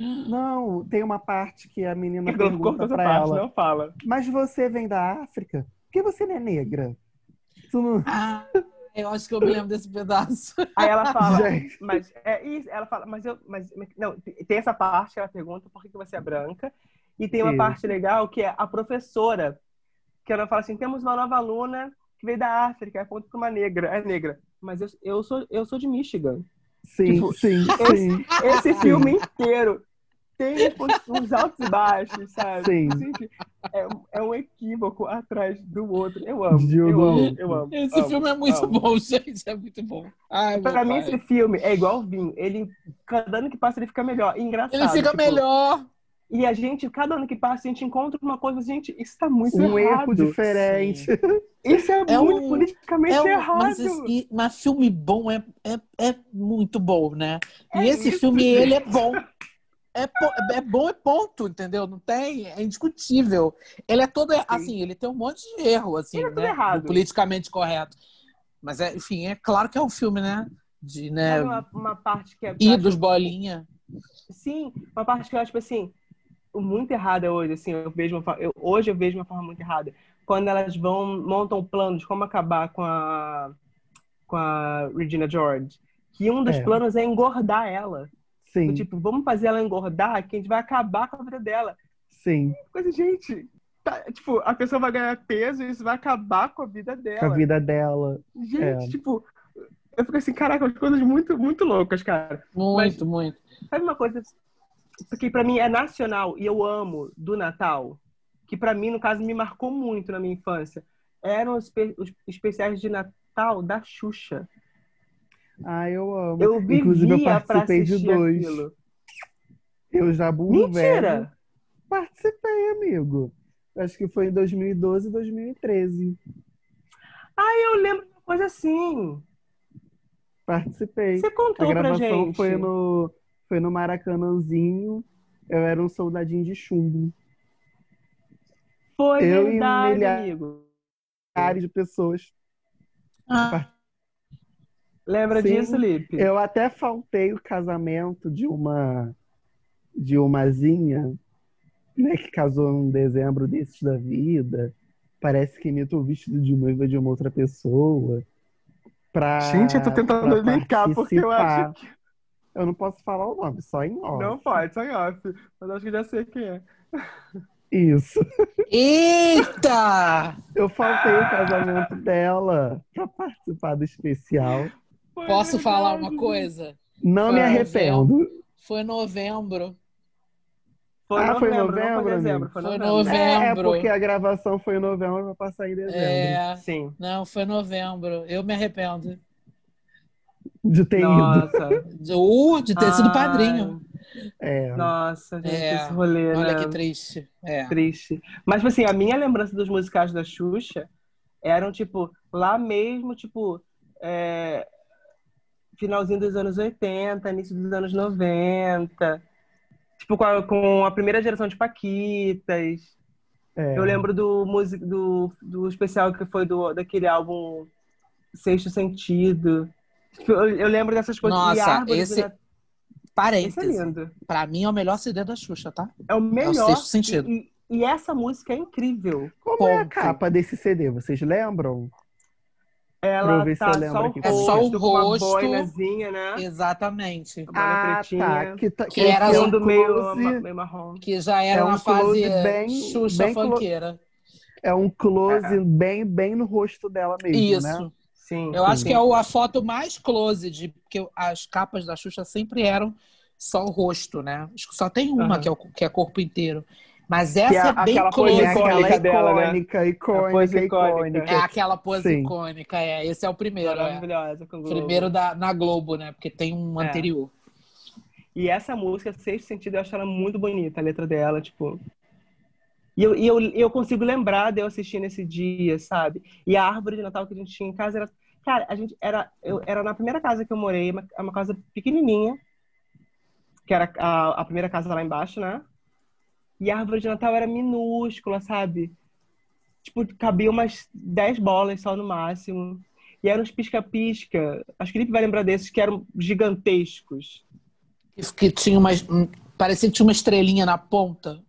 Não, tem uma parte que a menina A Globo pergunta cortou essa pra parte, ela: não fala. mas você vem da África? Por que você não é negra? Tu não... Ah, eu acho que eu me lembro desse pedaço. Aí ela fala, Gente. mas é isso, ela fala, mas eu, mas não, tem essa parte que ela pergunta por que que você é branca, e tem uma Isso. parte legal que é a professora, que ela fala assim, temos uma nova aluna que veio da África, aponta para uma negra, é negra, mas eu, eu sou eu sou de Michigan. Sim, Tipo, sim, esse, sim. esse Sim. filme inteiro tem uns altos e baixos, sabe? Sim. Gente, é, é um equívoco atrás do outro. Eu amo, De um eu do amo, outro. eu amo. Esse amo, filme é muito amo. bom, gente. É muito bom. Ai, meu Pra mim, pai. esse filme é igual vinho. Ele, cada ano que passa, ele fica melhor. E engraçado. Ele fica tipo, melhor. E a gente, cada ano que passa, a gente encontra uma coisa, gente, isso tá muito Um erro errado. diferente. Sim. Isso é, É muito um, politicamente é um, errado. mas, esse, mas filme bom é, é, é muito bom, né? É E esse isso, filme, gente. ele é bom. É, po- é bom e ponto, entendeu? Não tem, é indiscutível. Ele é todo, assim, ele tem um monte de erro, assim, Ele é tudo né? errado. Do politicamente correto. Mas, é, enfim, é claro que é um filme, né? De, né? Sabe uma, uma parte que é... que eu E acho- dos bolinha. Sim, uma parte que eu acho, tipo assim, muito errada hoje, assim, eu vejo uma, forma- eu, hoje eu vejo uma forma muito errada. Quando elas vão, montam planos de como acabar com a, com a Regina George. Que um dos É. planos é engordar ela. Do Sim, tipo, vamos fazer ela engordar, que a gente vai acabar com a vida dela. sim. Coisa, gente, tá, tipo, a pessoa vai ganhar peso e isso vai acabar com a vida Com a dela. vida dela. Gente, É. tipo, eu fico assim, caraca, umas coisas muito, muito loucas, cara. Muito, muito. Sabe uma coisa que pra mim é nacional e eu amo do Natal? Que pra mim, no caso, me marcou muito na minha infância. Eram os, espe- os especiais de Natal da Xuxa. Ah, eu amo. Eu Inclusive, eu vivia pra participei de assistir dois. aquilo. Eu já burro velho. Mentira! Participei, amigo. Acho que foi em dois mil e doze e dois mil e treze. Eu lembro de uma coisa assim. Participei. Você A contou pra gravação gente. foi no, foi no Maracanãzinho. Eu era um soldadinho de chumbo. Foi Eu e verdade, milhares amigo. de pessoas. Ah, Lembra Sim, disso, Lipe? eu até faltei o casamento de uma de umazinha, né, que casou em dezembro desses da vida. Parece que imita o vestido de noiva de uma outra pessoa Gente, eu tô pra, tentando pra elencar, porque eu acho participar. que Eu não posso falar o nome, só em não off. pode, só em off. Mas acho que já sei quem é. Isso. eita! Eu faltei o casamento dela pra participar do especial. Foi Posso falar uma verdade, coisa? Não Foi me novembro. arrependo. Foi novembro. Foi Ah, foi em novembro, não foi novembro, dezembro, amigo? foi Foi novembro. novembro. É, é Novembro. porque a gravação foi em novembro pra passar em dezembro. É, Sim. não, foi novembro. Eu me arrependo. De ter ido. Nossa. Uh, de ter sido Ai. padrinho. É, Nossa, gente, É, esse rolê, olha né? que triste. É. Triste. Mas, tipo assim, a minha lembrança dos musicais da Xuxa eram, tipo, lá mesmo, tipo, é, finalzinho dos anos oitenta, início dos anos noventa. Tipo, com a, com a primeira geração de Paquitas. Eu é. lembro do, music, do, do especial que foi do, daquele álbum Sexto Sentido. Tipo, Eu, eu lembro dessas coisas. E a Nossa, Árvore de esse Natal. Esse é parêntese. lindo. Pra mim é o melhor C D da Xuxa, tá? É o É o Sexto melhor. Sentido. E, e, e essa música é incrível. Como é a Ponto. capa desse C D? Vocês lembram? Pra eu Ela ver se eu tá lembro só o aqui É como que é. só o rosto com uma rosto, boinazinha, né? exatamente. A boina Ah, tá. pretinha. Que, tá, Que que O era aqui é um fundo meio, close. meio marrom. que já É era na um fase close bem, Xuxa bem, clo- funkeira. é um close É, bem, bem no rosto dela mesmo, né? Isso. sim, Eu acho que Sim. é sim. o- a foto mais close de porque as capas da Xuxa sempre eram só o rosto, né? Acho que só tem uma que é, Aham. o, que é corpo inteiro. Mas Que é essa é bem aquela pose Que é close. aquela icônica dela, né? icônica, A pose icônica, icônica. É icônica. aquela pose Sim. icônica, é. Esse é o primeiro, é. Maravilhosa com o Primeiro Globo. da, na Globo, né? Porque tem um É. anterior. E essa música, Sexto Sentido, eu acho ela muito bonita, a letra dela, tipo. E eu, e eu, eu consigo lembrar de eu assistir nesse dia, sabe? E a árvore de Natal que a gente tinha em casa era. Cara, a gente era. Eu, era na primeira casa que eu morei, uma, uma casa pequenininha, que era a, a primeira casa lá embaixo, né? E a árvore de Natal era minúscula, sabe? Tipo, cabia umas dez bolas só no máximo. E eram uns pisca-pisca. Acho que o Felipe vai lembrar desses, que eram gigantescos. Que, que tinha umas. um- Parecia que tinha uma estrelinha na ponta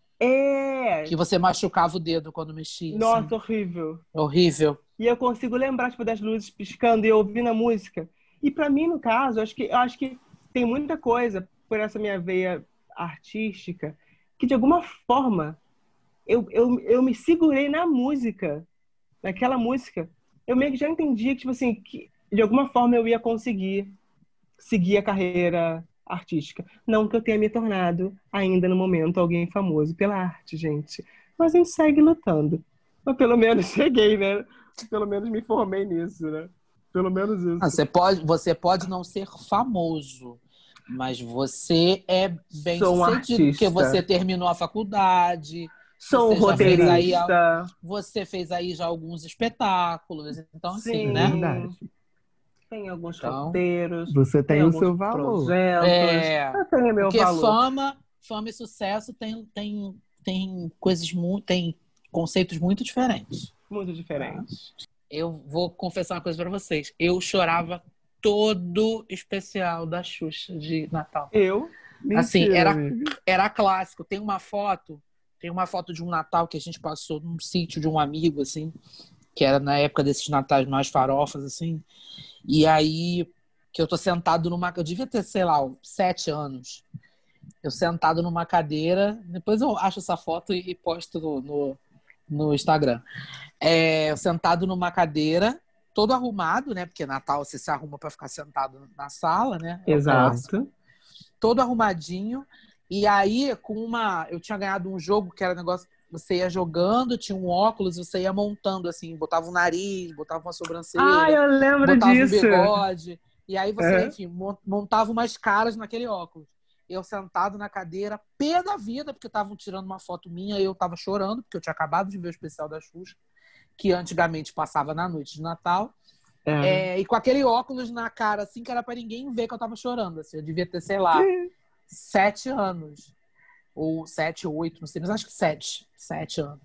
É! que você machucava o dedo quando mexia, assim. Nossa, horrível. Horrível. E eu consigo lembrar, tipo, das luzes piscando e eu ouvindo a música. E pra mim, no caso, acho que, eu acho que tem muita coisa por essa minha veia artística que, de alguma forma, eu, eu, eu me segurei na música, naquela música. Eu meio que já entendia que, tipo assim, que de alguma forma eu ia conseguir seguir a carreira artística. Não que eu tenha me tornado, ainda no momento, alguém famoso pela arte, gente. Mas a gente segue lutando. Mas pelo menos cheguei, né? Pelo menos me formei nisso, né? Pelo menos Ah, isso. Você pode, você pode não ser famoso, mas você é bem Sou um sucedido, porque você artista. terminou a faculdade, Sou um você já fez aí, roteirista. você fez aí já alguns espetáculos, então assim, É né? Sim. verdade. Tem alguns Então, roteiros. Você Tem tem o alguns seu valor. projetos. é, Eu tenho meu porque valor. fama, fama e sucesso tem, tem, tem coisas muito, tem conceitos muito diferentes. Muito diferentes. Eu vou confessar uma coisa pra vocês. Eu chorava todo especial da Xuxa de Natal. Eu? Assim, Mentira, era, amiga. era clássico. Tem uma foto, tem uma foto de um Natal que a gente passou num sítio de um amigo, assim, que era na época desses natais mais farofas, assim. E aí, que eu tô sentado numa... Eu devia ter, sei lá, sete anos. Eu sentado numa cadeira. Depois eu acho essa foto e, e posto no, no, no Instagram. É, eu sentado numa cadeira, todo arrumado, né? Porque Natal você se arruma pra ficar sentado na sala, né? É o clássico. Exato. Todo arrumadinho. E aí, com uma. Eu tinha ganhado um jogo que era um negócio. Você ia jogando, tinha um óculos, você ia montando assim, botava um nariz, botava uma Ah, sobrancelha, eu lembro botava um disso. bigode. E aí você, É. enfim, mon- montava umas caras naquele óculos. Eu sentado na cadeira, pé da vida, porque estavam tirando uma foto minha e eu tava chorando, porque eu tinha acabado de ver o especial da Xuxa, que antigamente passava na noite de Natal. É. É, e com aquele óculos na cara, assim, que era pra ninguém ver que eu tava chorando. Assim, eu devia ter, sei lá, sete anos. Ou sete, oito, não sei, mas acho que sete. Sete anos.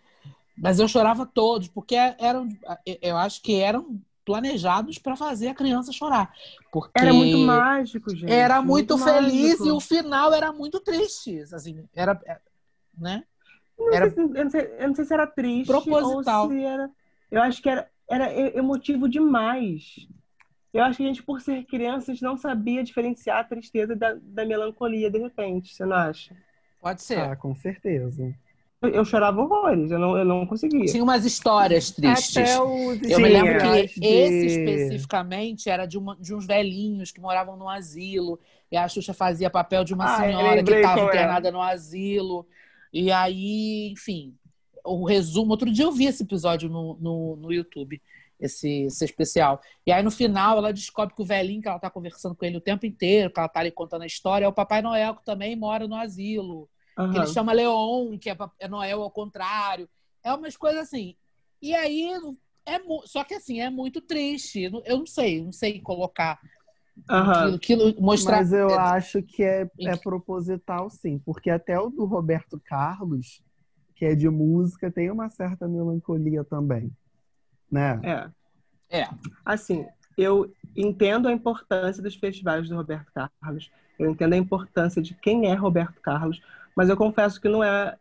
Mas eu chorava todos, porque eram, eu acho que eram planejados para fazer a criança chorar. Porque Era muito mágico, gente. era muito, feliz mágico. e o final era muito triste. Assim, era, né? Não Era sei se- eu, não sei, eu não sei se era triste proposital. ou se era. Eu acho que era, era e- emotivo demais. Eu acho que a gente, por ser criança, a gente não sabia diferenciar a tristeza da, da melancolia, de repente. Você não acha? Pode ser. Ah, com certeza. Eu, eu chorava horrores, eu não, eu não conseguia. Tinha umas histórias tristes. Até os Eu me lembro especiais que de... esse especificamente era de, uma, de uns velhinhos que moravam no asilo. E a Xuxa fazia papel de uma Ah, eu senhora que lembrei estava qual é. internada no asilo. E aí, enfim, o resumo. Outro dia eu vi esse episódio no, no, no YouTube. esse, esse especial. E aí, no final, ela descobre que o velhinho que ela tá conversando com ele o tempo inteiro, que ela tá ali contando a história, é o Papai Noel, que também mora no asilo. Aham. Que ele chama Leon, que é, é Noel ao contrário. É umas coisas assim. E aí, é só que assim, é muito triste. Eu não sei, não sei colocar Aham. aquilo, aquilo mostrar. Mas eu acho que é, é proposital, sim. Porque até o do Roberto Carlos, que é de música, tem uma certa melancolia também, né? É. É. Assim, eu entendo a importância dos festivais do Roberto Carlos. Eu entendo a importância de quem é Roberto Carlos, mas eu confesso que não é,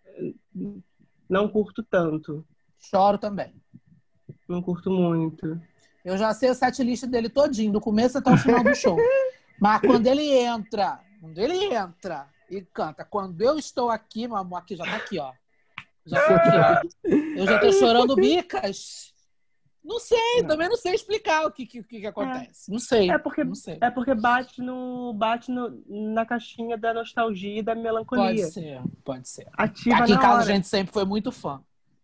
não curto tanto. Choro também. Não curto muito. Eu já sei o setlist dele todinho, do começo até o final do show. Mas quando ele entra, quando ele entra e canta, quando eu estou aqui, meu amor, aqui já tá aqui, ó. Já tô aqui, ó. Eu já tô chorando bicas. Não sei, Não. também não sei explicar o que, que, que acontece. É. Não sei. É porque, não sei. É porque bate, no, bate no, na caixinha da nostalgia e da melancolia. Pode ser, pode ser. Ativa Aqui em na casa hora. a gente sempre foi muito fã.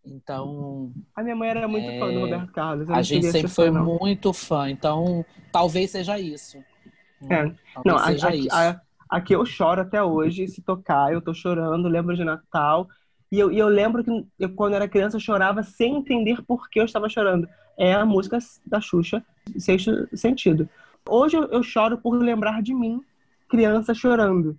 Então. A minha mãe era muito é... fã do Roberto Carlos. Eu a não gente queria sempre ser foi fã, não. muito fã. Então, talvez seja isso. É. Talvez Não, seja aqui, isso. a, aqui eu choro até hoje. Se tocar, eu tô chorando. Lembro de Natal. E eu, e eu lembro que eu, quando era criança, eu chorava sem entender por que eu estava chorando. É a música da Xuxa, Sexto Sentido. Hoje eu, eu choro por lembrar de mim, criança, chorando.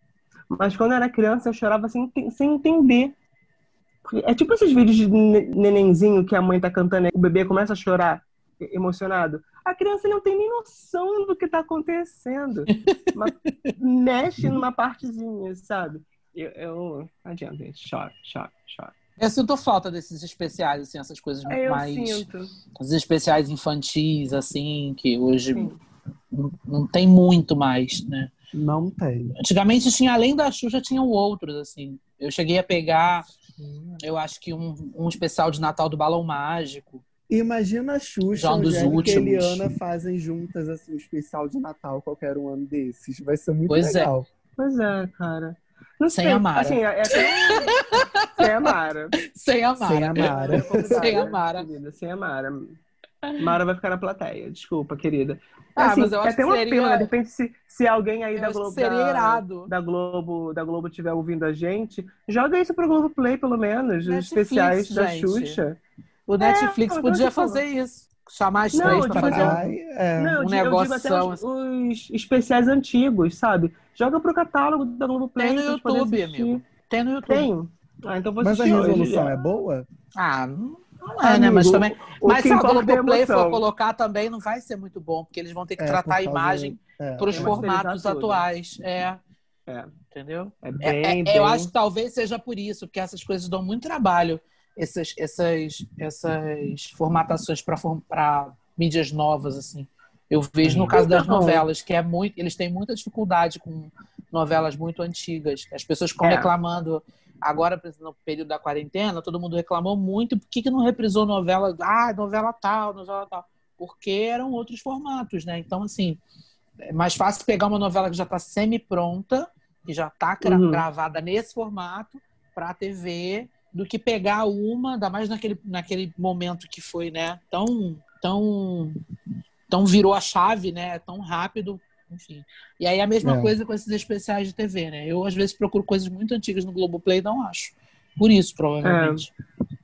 Mas quando eu era criança, eu chorava sem, sem entender. Porque é tipo esses vídeos de nenenzinho que a mãe tá cantando e o bebê começa a chorar emocionado. A criança não tem nem noção do que tá acontecendo. Mas mexe numa partezinha, sabe? Eu, eu... Não adianta, gente. Choro, choro, choro. Eu sinto falta desses especiais, assim, essas coisas É, eu mais... sinto. Os especiais infantis, assim, que hoje não, não tem muito mais, né? Não tem. Antigamente tinha, além da Xuxa, tinham outros, assim. Eu cheguei a pegar, eu acho que um, um especial de Natal do Balão Mágico. Imagina a Xuxa Já um e dos a Angélica e últimos. Eliana fazem juntas assim, um especial de Natal qualquer um ano desses. Vai ser muito Pois é. legal. Pois é, cara. Não Sem sei. a Mara. Assim, é até um... Sem a Mara. Sem a Mara. Sem a Mara. Sem a Mara. Querida, sem a Mara. Mara vai ficar na plateia. Desculpa, querida. Ah, assim, mas eu acho é até que uma seria... pena, né? De repente, se, se alguém aí eu da acho Globo, que seria da, irado. da Globo da Globo estiver ouvindo a gente, joga isso pro Globoplay, pelo menos, os Netflix, especiais da gente. Xuxa. O Netflix É, podia tipo, fazer isso. Chamar as Não, três eu pra digo fazer até- um, é. Não, eu um digo, eu digo até negoção. os, os especiais antigos, sabe? Joga pro catálogo da Globoplay Tem no pra gente poder YouTube, assistir. amigo. Tem no YouTube. Tem? Ah, então vou Mas a assistir hoje. resolução já. é boa? Ah, não é, né? Amigo, Mas também. o Mas que se a importa é a Globoplay for emoção. colocar também, não vai ser muito bom, porque eles vão ter que É, tratar a por causa- imagem é, para os Tem formatos masterizar tudo. atuais. É, É, entendeu? é É, bem, é, bem... Eu acho que talvez seja por isso, porque essas coisas dão muito trabalho, essas, essas, essas formatações para mídias novas, assim. Eu vejo no caso das Então. novelas, que é muito, eles têm muita dificuldade com novelas muito antigas. As pessoas ficam É. reclamando. Agora, por exemplo, no período da quarentena, todo mundo reclamou muito. Por que, que não reprisou novela? Ah, novela tal, novela tal. Porque eram outros formatos, né? Então, assim, é mais fácil pegar uma novela que já está semi-pronta, que já está Uhum. gravada nesse formato, para a T V, do que pegar uma, ainda mais naquele, naquele momento que foi, né? Tão, tão, tão virou a chave, né? Tão rápido. Enfim. E aí a mesma É. coisa com esses especiais de T V, né? Eu, às vezes, procuro coisas muito antigas no Globoplay e não acho. Por isso, provavelmente.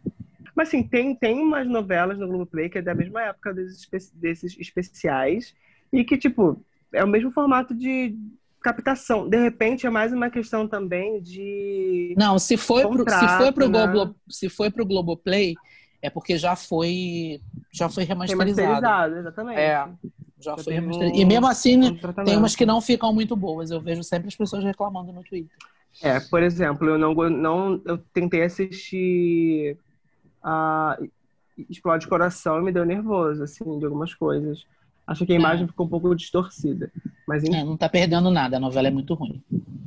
Mas, assim, tem, tem umas novelas no Globoplay que é da mesma época desses, espe- desses especiais e que, tipo, é o mesmo formato de captação. De repente, é mais uma questão também de... Não, se foi pro, se Contrato, foi pro né? Globo, se foi pro Globoplay, é porque já foi já foi remasterizado. Remasterizado, exatamente. É, já, Já foi teve remasterizado. um- E mesmo assim, né, um tratamento. tem umas que não ficam muito boas. Eu vejo sempre as pessoas reclamando no Twitter. É, por exemplo, eu não, go- não eu tentei assistir a Explode Coração e me deu nervoso, assim, de algumas coisas. Acho que a imagem É. ficou um pouco distorcida. Mas enfim, É, não tá perdendo nada, a novela é muito ruim.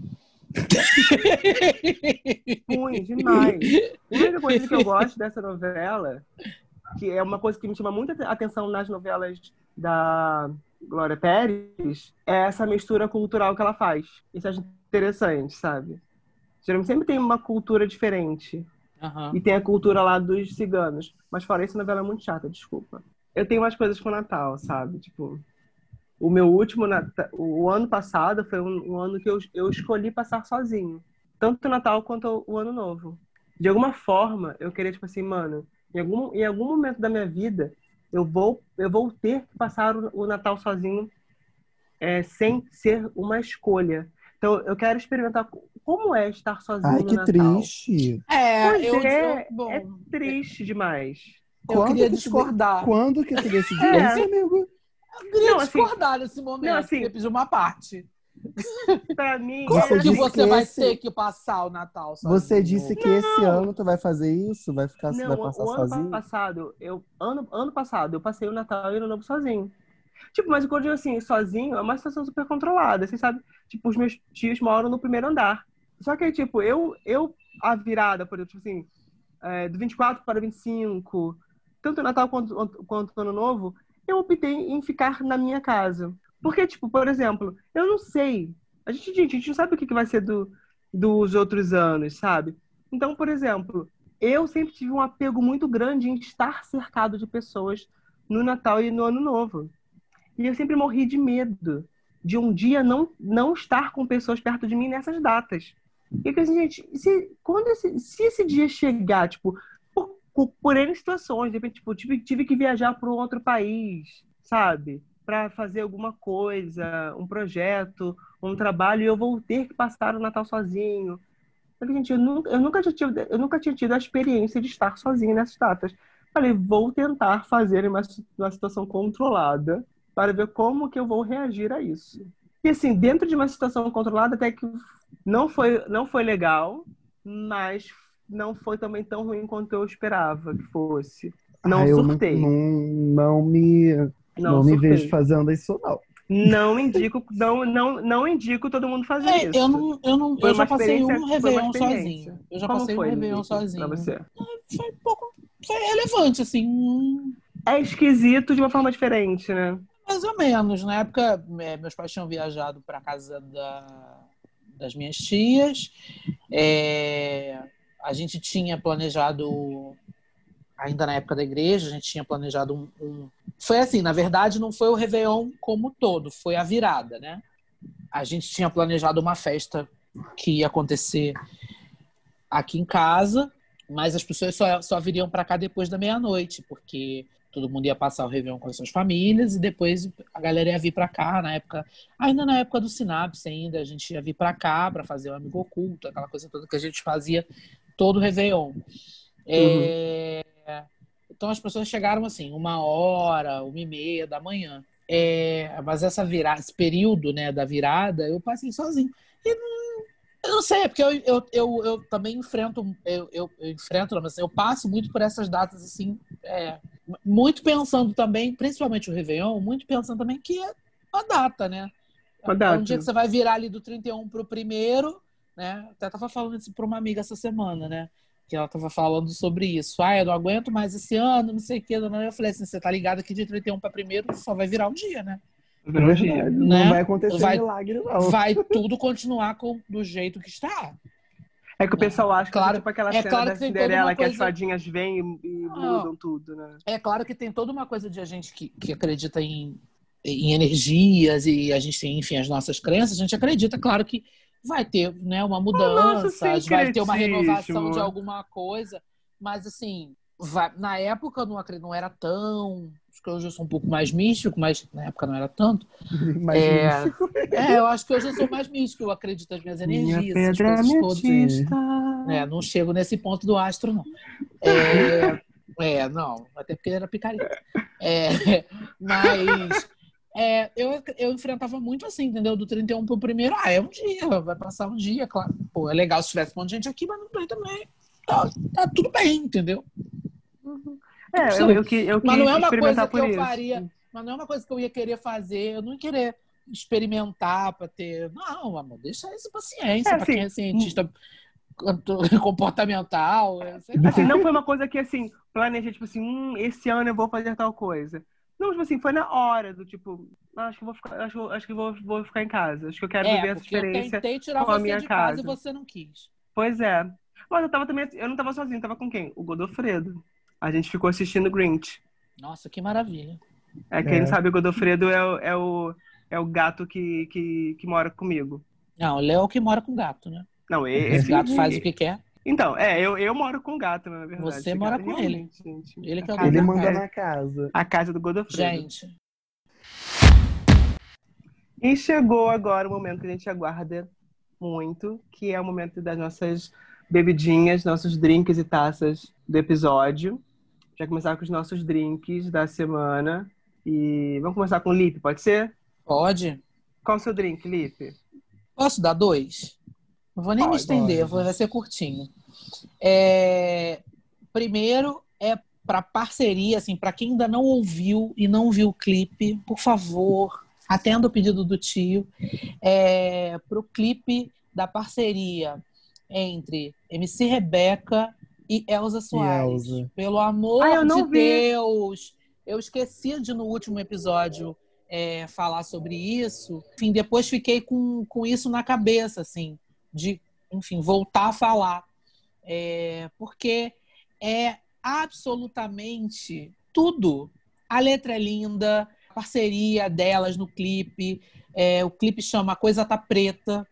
ruim demais. A única coisa que eu gosto dessa novela, que é uma coisa que me chama muita atenção nas novelas da Glória Pérez, é essa mistura cultural que ela faz. Isso eu acho interessante, sabe? Geralmente sempre tem uma cultura diferente. Aham. E tem a cultura lá dos ciganos. Mas fora isso, a novela é muito chata, desculpa. eu tenho umas coisas com o Natal, sabe? Tipo, o meu último Natal, o ano passado foi um, um ano que eu, eu escolhi passar sozinho. Tanto o Natal quanto o Ano Novo. De alguma forma, eu queria, tipo assim, mano, em algum, em algum momento da minha vida, eu vou, eu vou ter que passar o, o Natal sozinho, é, sem ser uma escolha. Então, eu quero experimentar como é estar sozinho Ai, no que Natal. triste. É, Pois eu, eu é, bom, é triste demais. eu Quando queria que tu, de- discordar. quando que tu decidiu isso, É, amigo? Eu queria não, assim, discordar nesse não, momento, queria assim, pedir uma parte. pra mim, Você é Como que disse assim, que você vai ter esse, que passar o Natal você sozinho? disse que esse não, ano tu vai fazer isso, vai ficar, vai não, passar o ano sozinho? passado, eu, ano, ano passado, eu passei o Natal e o Ano Novo sozinho. Tipo, mas quando eu digo assim, sozinho, é uma situação super controlada. Você sabe, tipo, os meus tios moram no primeiro andar. Só que, tipo, eu, eu a virada, por exemplo, tipo assim, é, do vinte e quatro para vinte e cinco, tanto o Natal quanto, quanto o Ano Novo, eu optei em ficar na minha casa. Porque, tipo, por exemplo, eu não sei. A gente, gente, a gente não sabe o que que vai ser do, dos outros anos, sabe? Então, por exemplo, eu sempre tive um apego muito grande em estar cercado de pessoas no Natal e no Ano Novo. E eu sempre morri de medo de um dia não, não estar com pessoas perto de mim nessas datas. E que assim, gente, se, quando esse, se esse dia chegar, tipo, por, por, por N situações, de repente, tipo, tive, tive que viajar para um outro país, sabe? Para fazer alguma coisa, um projeto, um trabalho, e eu vou ter que passar o Natal sozinho. Porque, gente, eu nunca, eu nunca tinha tido, eu nunca tinha tido a experiência de estar sozinho nessas datas. Falei, vou tentar fazer uma, uma situação controlada para ver como que eu vou reagir a isso. E assim, dentro de uma situação controlada, até que não foi, não foi legal, mas não foi também tão ruim quanto eu esperava que fosse. Ah, Não eu não, surtei. não, não me, Não não me vejo surtei. fazendo isso, não. Não indico, não, não, não indico todo mundo fazer É, eu isso. não, eu não, Foi eu uma já passei experiência, um foi uma Réveillon experiência. sozinho. Eu já Como passei um foi, Réveillon Nick, para sozinho. você? Foi um pouco, foi relevante, assim, hum, É esquisito de uma forma diferente, né? mais ou menos. Na época, é, meus pais tinham viajado para casa da, das minhas tias. É, a gente tinha planejado, ainda na época da igreja, a gente tinha planejado um, um... Foi assim, na verdade, não foi o Réveillon como todo, foi a virada, né? A gente tinha planejado uma festa que ia acontecer aqui em casa, mas as pessoas só, só viriam para cá depois da meia-noite, porque todo mundo ia passar o Réveillon com as suas famílias e depois a galera ia vir para cá, na época, ainda na época do Sinapse ainda, a gente ia vir para cá para fazer o amigo oculto, aquela coisa toda que a gente fazia todo o Réveillon. Uhum. É... Então as pessoas chegaram assim, uma hora, uma e meia da manhã. É... Mas essa virada, esse período, né, da virada, eu passei sozinho. E não, eu não sei, é porque eu, eu, eu, eu também enfrento, eu, eu, eu enfrento, não, mas assim, eu passo muito por essas datas assim, é, muito pensando também, principalmente o Réveillon, muito pensando também que é uma data, né? Uma É um dia data. que você vai virar ali do trinta e um para o primeiro, né? Até tava falando isso para uma amiga essa semana, né? Que ela tava falando sobre isso. Ah, eu não aguento mais esse ano, não sei o quê. Eu falei assim, você tá ligado que de trinta e um para primeiro só vai virar um dia, né? É Virou um dia. verdade, não vai Né? acontecer Vai, milagre, não. vai tudo continuar com, do jeito que está. É que o Né? pessoal É acha que vai ser claro, tipo aquela é cena claro da que tem toda uma Cinderela que as coisa. fadinhas vêm e, e Não, mudam tudo, né? é claro que tem toda uma coisa de a gente que, que acredita em, em energias e a gente tem, enfim, as nossas crenças. A gente acredita, claro, que vai ter, né, uma O nosso mudança, vai ter uma renovação de sincretismo. alguma coisa, mas assim, vai, na época eu não, acredito, não era tão. Acho que hoje eu sou um pouco mais místico, mas na época não era tanto. Mais É, místico. é, eu acho que hoje eu sou mais místico, eu acredito nas minhas Minha energias, essas pedra coisas todas. ametista. É, não chego nesse ponto do astro, não. É, é não, até porque ele era picareta. É, mas é, eu, eu enfrentava muito assim, entendeu? Do trinta e um pro primeiro, ah, é um dia, vai passar um dia, claro. Pô, é legal se tivesse um monte de gente aqui, mas não tem também. Tá, tá tudo bem, entendeu? Não É, eu, precisa. eu, qui- eu Mas não quis é uma experimentar coisa que por eu isso. faria, mas não é uma coisa que eu ia querer fazer, eu não ia querer experimentar para ter. Não, amor, deixa isso É, paciência para quem assim, é cientista comportamental, sei assim, lá. não foi uma coisa que, assim, planejei, tipo assim, hum, esse ano eu vou fazer tal coisa. Não, tipo assim, foi na hora do tipo, ah, acho que eu vou ficar, acho, acho que vou, vou ficar em casa. Acho que eu quero É, viver essa porque eu experiência tentei tirar com a você minha de casa e casa. você não quis. Pois é. Mas eu tava também, eu não tava sozinho, tava com quem? O Godofredo. A gente ficou assistindo Grinch. Nossa, que maravilha. É, quem É. não sabe, o Godofredo é, o- é, o, é o gato que, que, que mora comigo. Não, o Léo que mora com gato, né? Não, e- Esse esse... gato faz o que quer, Então, é, eu, eu moro com gato, na verdade. você Esse mora gato- com ele. realmente, gente, Ele que é a o casa- Ele dono da manda casa. na casa. A casa do Godofredo. Gente, E chegou agora o momento que a gente aguarda muito, que é o momento das nossas bebidinhas, nossos drinks e taças do episódio. Já começar com os nossos drinks da semana. E vamos começar com o Lipe, pode ser? pode? Qual o seu drink, Lipe? Posso dar dois? Não vou nem me Pode. estender, Pode. vai ser curtinho. É, Primeiro é para parceria, assim, para quem ainda não ouviu e não viu o clipe, por favor, atenda o pedido do tio, é, para o clipe da parceria entre M C Rebeca e Elza Soares. Elza. Pelo amor Ah, eu não de vi. Deus! Eu esqueci de no último episódio é, falar sobre isso. Enfim, depois fiquei com, com isso na cabeça, assim, de, enfim, voltar a falar. É, porque é absolutamente tudo. A letra é linda, a parceria delas no clipe, é, o clipe chama A Coisa Tá Preta,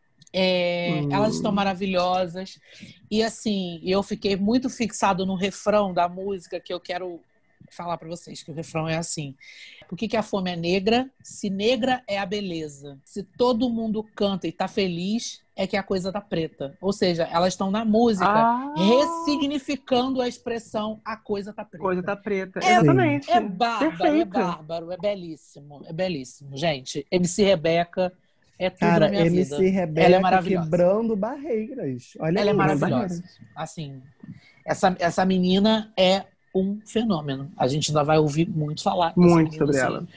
é, Hum. elas estão maravilhosas. E assim, eu fiquei muito fixado no refrão da música, que eu quero falar para vocês, que o refrão é assim: por que que a fome é negra? Se negra é a beleza. Se todo mundo canta e tá feliz, é que a coisa tá preta. Ou seja, elas estão na música Ah, ressignificando a expressão a coisa tá preta. coisa tá preta. É- Exatamente. É bárbaro, Perfeito. é bárbaro, é belíssimo, é belíssimo. Gente, M C Rebeca é tudo na Cara, minha M vida. C Rebeca Ela é maravilhosa. quebrando barreiras. Olha Ela é isso. maravilhosa. Assim, essa, essa menina é um fenômeno. A gente ainda vai ouvir muito falar dessa Muito menina, sobre assim. ela.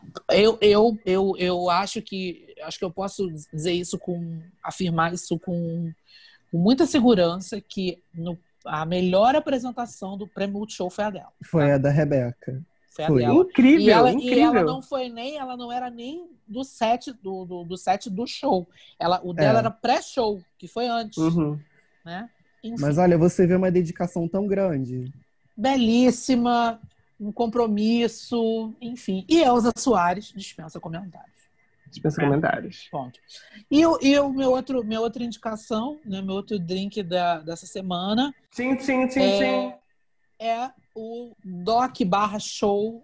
Eu, eu, eu, eu acho que acho que eu posso dizer isso com afirmar isso com, com muita segurança, que no, a melhor apresentação do Prêmio Multishow foi a dela. Foi tá? a da Rebeca. Foi a Foi. dela. Incrível, E ela, incrível. e ela não foi nem, ela não era nem do set do, do, do set do show. Ela, o dela É. era pré-show, que foi antes, Uhum. né? Enfim, Mas olha, você vê uma dedicação tão grande. belíssima, um compromisso, enfim. E Elza Soares dispensa comentários. Dispensa É. comentários. Ponto. E, o- e o meu outro, minha outra indicação, né, meu outro drink da, dessa semana Tchim, tchim, tchim, É- tchim. é o Doc barra show,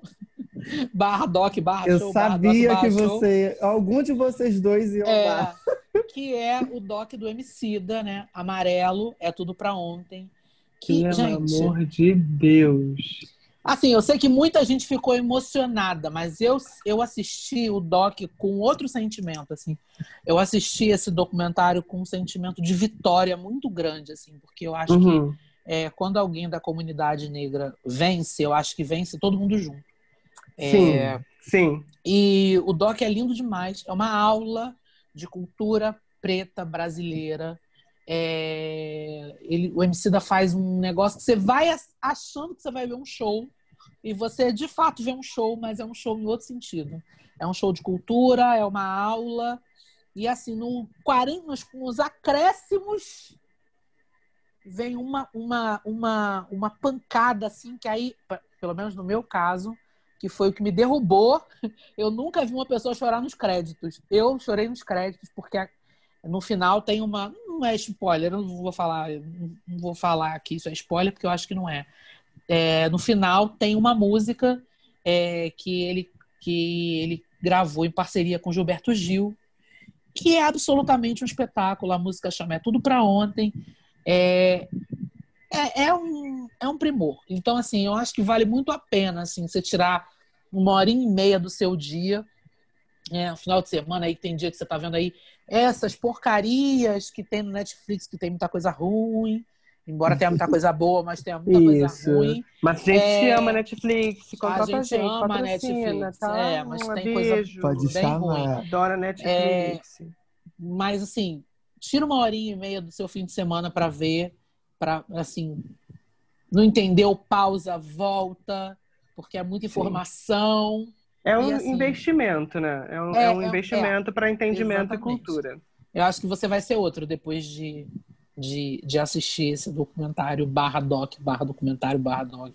barra Doc barra Eu show, barra Doc sabia barra que show, você, algum de vocês dois iam dar. é, que é o Doc do Emicida, né? Amarelo, é tudo pra ontem. Que, Pelo gente, amor de Deus. assim, eu sei que muita gente ficou emocionada, mas eu, eu assisti o doc com outro sentimento, assim. Eu assisti esse documentário com um sentimento de vitória muito grande, assim, porque eu acho que Uhum. é, quando alguém da comunidade negra vence, eu acho que vence todo mundo junto. Sim, É, sim. e o doc é lindo demais. É uma aula de cultura preta brasileira. É, ele, o Emicida faz um negócio que você vai achando que você vai ver um show e você de fato vê um show, mas é um show em outro sentido. É um show de cultura, é uma aula. E assim, no quarenta, nos, nos acréscimos vem uma, uma, uma, uma pancada assim, que aí, pelo menos no meu caso, que foi o que me derrubou. Eu nunca vi uma pessoa chorar nos créditos. Eu chorei nos créditos porque a, no final tem uma... Não é spoiler, eu não vou falar, não vou falar aqui isso é spoiler, porque eu acho que não é. É, no final tem uma música é, que, ele, que ele gravou em parceria com Gilberto Gil, que é absolutamente um espetáculo. A música chama É Tudo Pra Ontem. É, é, é, um, é um primor. Então, assim, eu acho que vale muito a pena assim, você tirar uma horinha e meia do seu dia, é, no final de semana, aí que tem dia que você tá vendo aí essas porcarias que tem no Netflix, que tem muita coisa ruim, embora tenha muita coisa boa, mas tem muita coisa Isso. ruim. Mas a gente É, ama a Netflix, contrata a gente ama a patrocina, Netflix, tá? é, mas Um tem coisa beijo. Pode bem ruim. chamar. Adoro a Netflix. Mas, assim, tira uma horinha e meia do seu fim de semana para ver, para, assim, não entendeu, pausa, volta, porque é muita informação. É um E, assim, investimento, né? É um, é, é um é- investimento para entendimento exatamente. e cultura. Eu acho que você vai ser outro depois de, de, de assistir esse documentário barra doc, barra documentário, barra doc.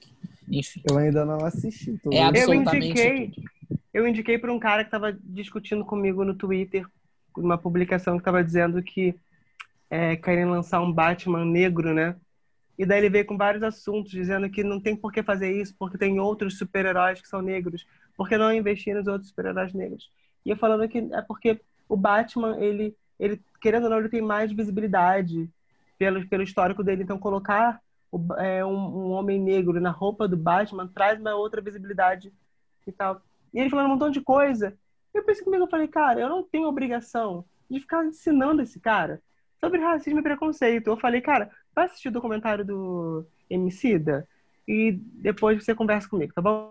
Enfim, Eu ainda não assisti. Tô... é Eu absolutamente indiquei, tudo. eu indiquei para um cara que estava discutindo comigo no Twitter, uma publicação que estava dizendo que é, querem lançar um Batman negro, né? E daí ele veio com vários assuntos, dizendo que não tem por que fazer isso, porque tem outros super-heróis que são negros. Por que não investir nos outros super-heróis negros? E eu falando que é porque o Batman, ele, ele querendo ou não, ele tem mais visibilidade pelo, pelo histórico dele. Então, colocar o, é, um, um homem negro na roupa do Batman traz uma outra visibilidade e tal. E ele falando um montão de coisa. Eu pensei comigo, eu falei, cara, eu não tenho obrigação de ficar ensinando esse cara sobre racismo e preconceito. Eu falei, cara, vai assistir o documentário do Emicida e depois você conversa comigo, tá bom?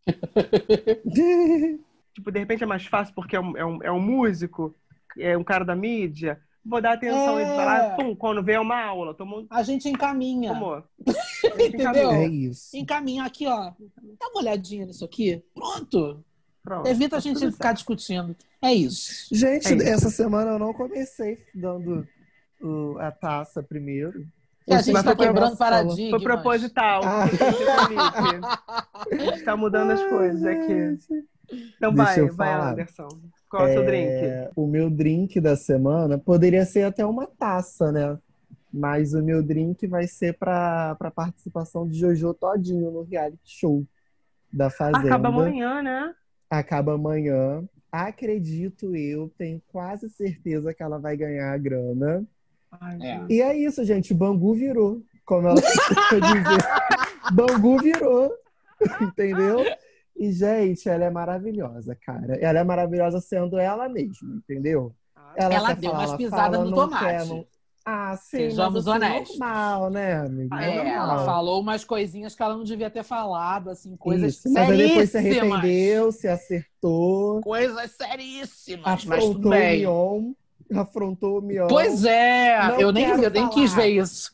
Tipo, de repente é mais fácil porque é um, é um, é um músico, é um cara da mídia. Vou dar atenção e vai lá, É, pum, quando vê uma aula, tomou, a gente encaminha, tomou. A gente entendeu? É encaminha. isso. Encaminha aqui, ó. Dá uma olhadinha nisso aqui. Pronto. Pronto, Evita a tá gente tudo ficar certo. discutindo. É isso. Gente, É isso. essa semana eu não comecei dando o- a taça primeiro. Que a Eu gente sei está foi que eu quebrando posso falar. Foi paradigmas. proposital, Ah. foi Felipe. A gente tá mudando as coisas Ai, aqui. gente. Então Deixa vai, eu vai, falar. Anderson. Qual é o seu drink? O meu drink da semana poderia ser até uma taça, né? Mas o meu drink vai ser para para participação de Jojo Todinho no reality show da Acaba Fazenda. amanhã, né? Acaba amanhã. Acredito eu, tenho quase certeza que ela vai ganhar a grana. Ai, É. gente. E é isso, gente. Bangu virou. Como ela costuma dizer. Bangu virou. Entendeu? E, gente, ela é maravilhosa, cara. Ela é maravilhosa sendo ela mesma, entendeu? Ela, Ela quer deu falar, umas ela pisadas fala, no não tomate. quer, não... Ah, sim, Sejamos mas assim, honestos. normal, né, amigo? Ah, É, normal. ela falou umas coisinhas que ela não devia ter falado, assim, coisas Isso, mas aí depois se seríssimas. arrependeu, se acertou, Coisas seríssimas, mas tudo afrontou o bem. Mion, afrontou o Mion. Pois é, Não eu nem, quero vi, eu nem quis falar. ver isso.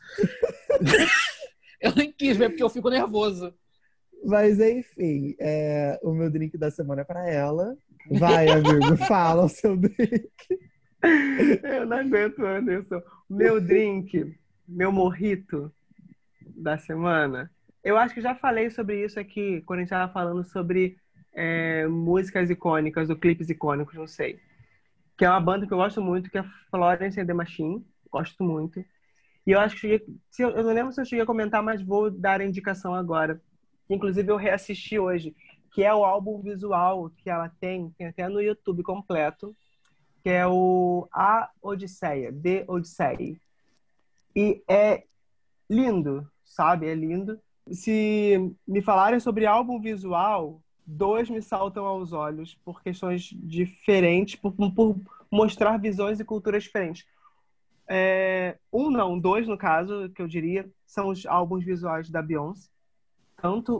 Eu nem quis ver porque eu fico nervoso. Mas enfim, é, o meu drink da semana é pra ela. Vai, amigo, fala o seu drink. Eu não aguento, Anderson. Meu drink, meu mojito da semana. Eu acho que já falei sobre isso aqui quando a gente estava falando sobre é, músicas icônicas, ou clipes icônicos, não sei. Que é uma banda que eu gosto muito, que é Florence and the Machine. Gosto muito. E eu acho que cheguei, se eu, eu não lembro se eu cheguei a comentar, mas vou dar a indicação agora. Inclusive eu reassisti hoje, que é o álbum visual que ela tem, tem até no YouTube completo, que é o A Odisseia, The Odyssey. E é lindo, sabe? É lindo. Se me falarem sobre álbum visual, dois me saltam aos olhos por questões diferentes, por, por mostrar visões e culturas diferentes. É, um não, dois no caso, que eu diria, são os álbuns visuais da Beyoncé. Tanto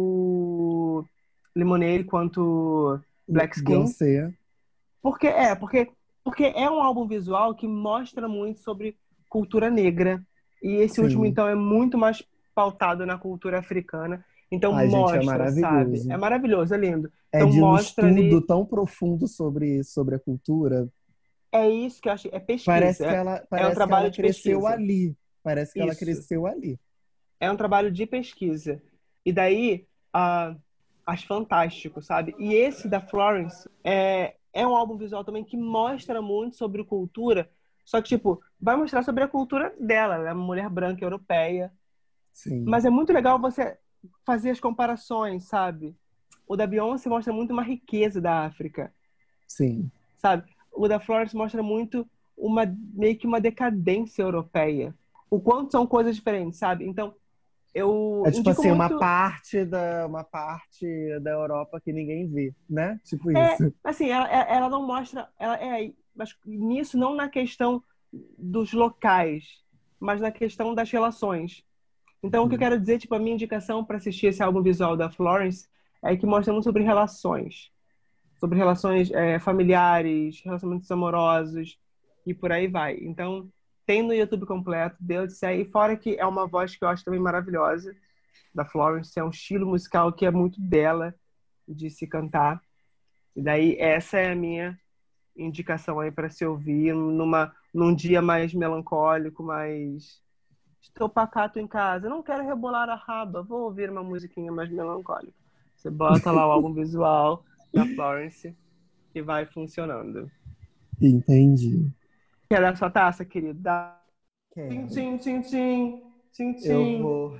o Lemonade quanto Black Skin. Beyoncé. Porque é, porque, porque é um álbum visual que mostra muito sobre cultura negra. E esse Sim. último, então, é muito mais pautado na cultura africana. Então Ai, gente, mostra, é maravilhoso. sabe? É maravilhoso, é lindo. É Então de um mostra estudo ali. tão profundo sobre, sobre a cultura. É isso que eu achei. É pesquisa. Parece que ela, é um parece que trabalho ela de cresceu pesquisa. ali. Parece que ela Isso. cresceu ali. É um trabalho de pesquisa. E daí, ah, acho fantástico, sabe? E esse da Florence é, é um álbum visual também que mostra muito sobre cultura, só que, tipo, vai mostrar sobre a cultura dela. Ela é uma mulher branca europeia. Sim. Mas é muito legal você fazer as comparações, sabe? O da Beyoncé mostra muito uma riqueza da África, Sim. sabe? O da Florence mostra muito uma meio que uma decadência europeia. O quanto são coisas diferentes, sabe? Então, eu É tipo indico assim, muito... uma parte da, uma parte da Europa que ninguém vê, né? Tipo É, isso. assim, ela, ela não mostra... Ela, é, mas nisso, não na questão dos locais, mas na questão das relações. Então, o que eu quero dizer, tipo, a minha indicação para assistir esse álbum visual da Florence é que mostra muito sobre relações. Sobre relações é, familiares, relacionamentos amorosos e por aí vai. Então, tem no YouTube completo, Deus sei. E fora que é uma voz que eu acho também maravilhosa, da Florence. É um estilo musical que é muito dela de se cantar. E daí, essa é a minha indicação aí para se ouvir numa, num dia mais melancólico, mais estou pacato em casa, não quero rebolar a raba, vou ouvir uma musiquinha mais melancólica. Você bota lá o álbum visual da Florence e vai funcionando. Entendi. Quer dar sua taça, querida? Quero. Tchim, tchim, tchim, tchim, tchim. Eu vou.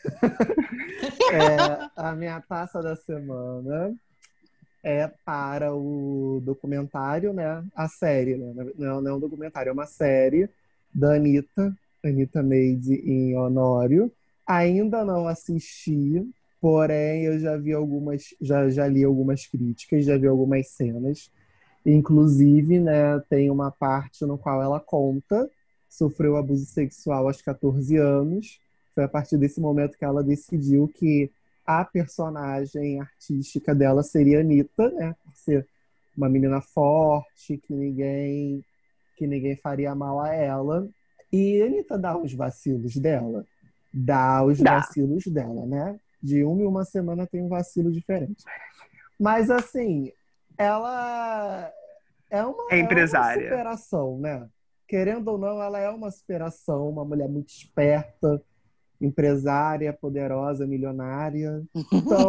É, a minha taça da semana é para o documentário, né? A série, né? Não, não é um documentário, é uma série da Anitta, Anitta Made em Honório. Ainda não assisti, porém eu já vi algumas, já, já li algumas críticas, já vi algumas cenas. Inclusive, né, tem uma parte no qual ela conta que sofreu abuso sexual aos catorze anos. Foi a partir desse momento que ela decidiu que a personagem artística dela seria Anitta, né? Por ser uma menina forte, que ninguém, que ninguém faria mal a ela. E a Anitta dá os vacilos dela. Dá os Dá. vacilos dela, né? De uma em uma semana tem um vacilo diferente. Mas, assim, ela é uma, É empresária. é uma superação, né? Querendo ou não, ela é uma superação, uma mulher muito esperta, empresária, poderosa, milionária. Então,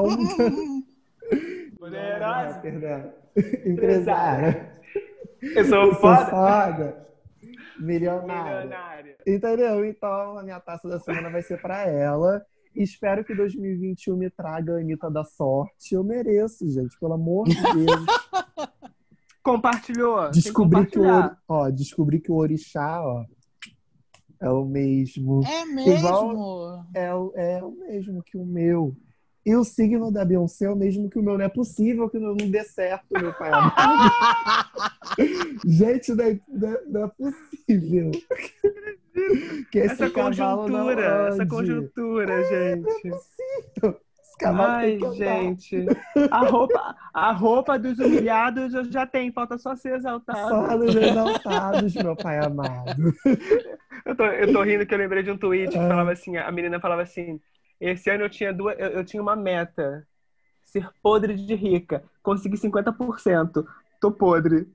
Poderosa. Não, empresária. Eu sou Eu sou foda. foda. Milionária. Milionária. Entendeu? Então, a minha taça da semana vai ser para ela. Espero que dois mil e vinte e um me traga a Anitta da sorte. Eu mereço, gente, pelo amor de Deus. Compartilhou. Descobri Tem que, o, compartilhar. ori- ó, descobri que o orixá, ó, é o mesmo. É mesmo? Igual- É o, é o mesmo que o meu. E o signo da Beyoncé é o mesmo que o meu. Não é possível que não não dê certo, meu pai amado. Gente, não é, não é- não é possível. Que esse Essa cavalo não conjuntura, essa ande. conjuntura, gente. Possível. Esse cavalo Ai, tem que andar. gente. A roupa, a roupa dos humilhados eu já tenho, falta só ser exaltado. Só nos exaltados, meu pai amado. Eu tô, eu tô rindo que eu lembrei de um tweet que Ah. falava assim, a menina falava assim, esse ano eu tinha duas, eu, eu tinha uma meta, ser podre de rica, consegui cinquenta por cento, tô podre,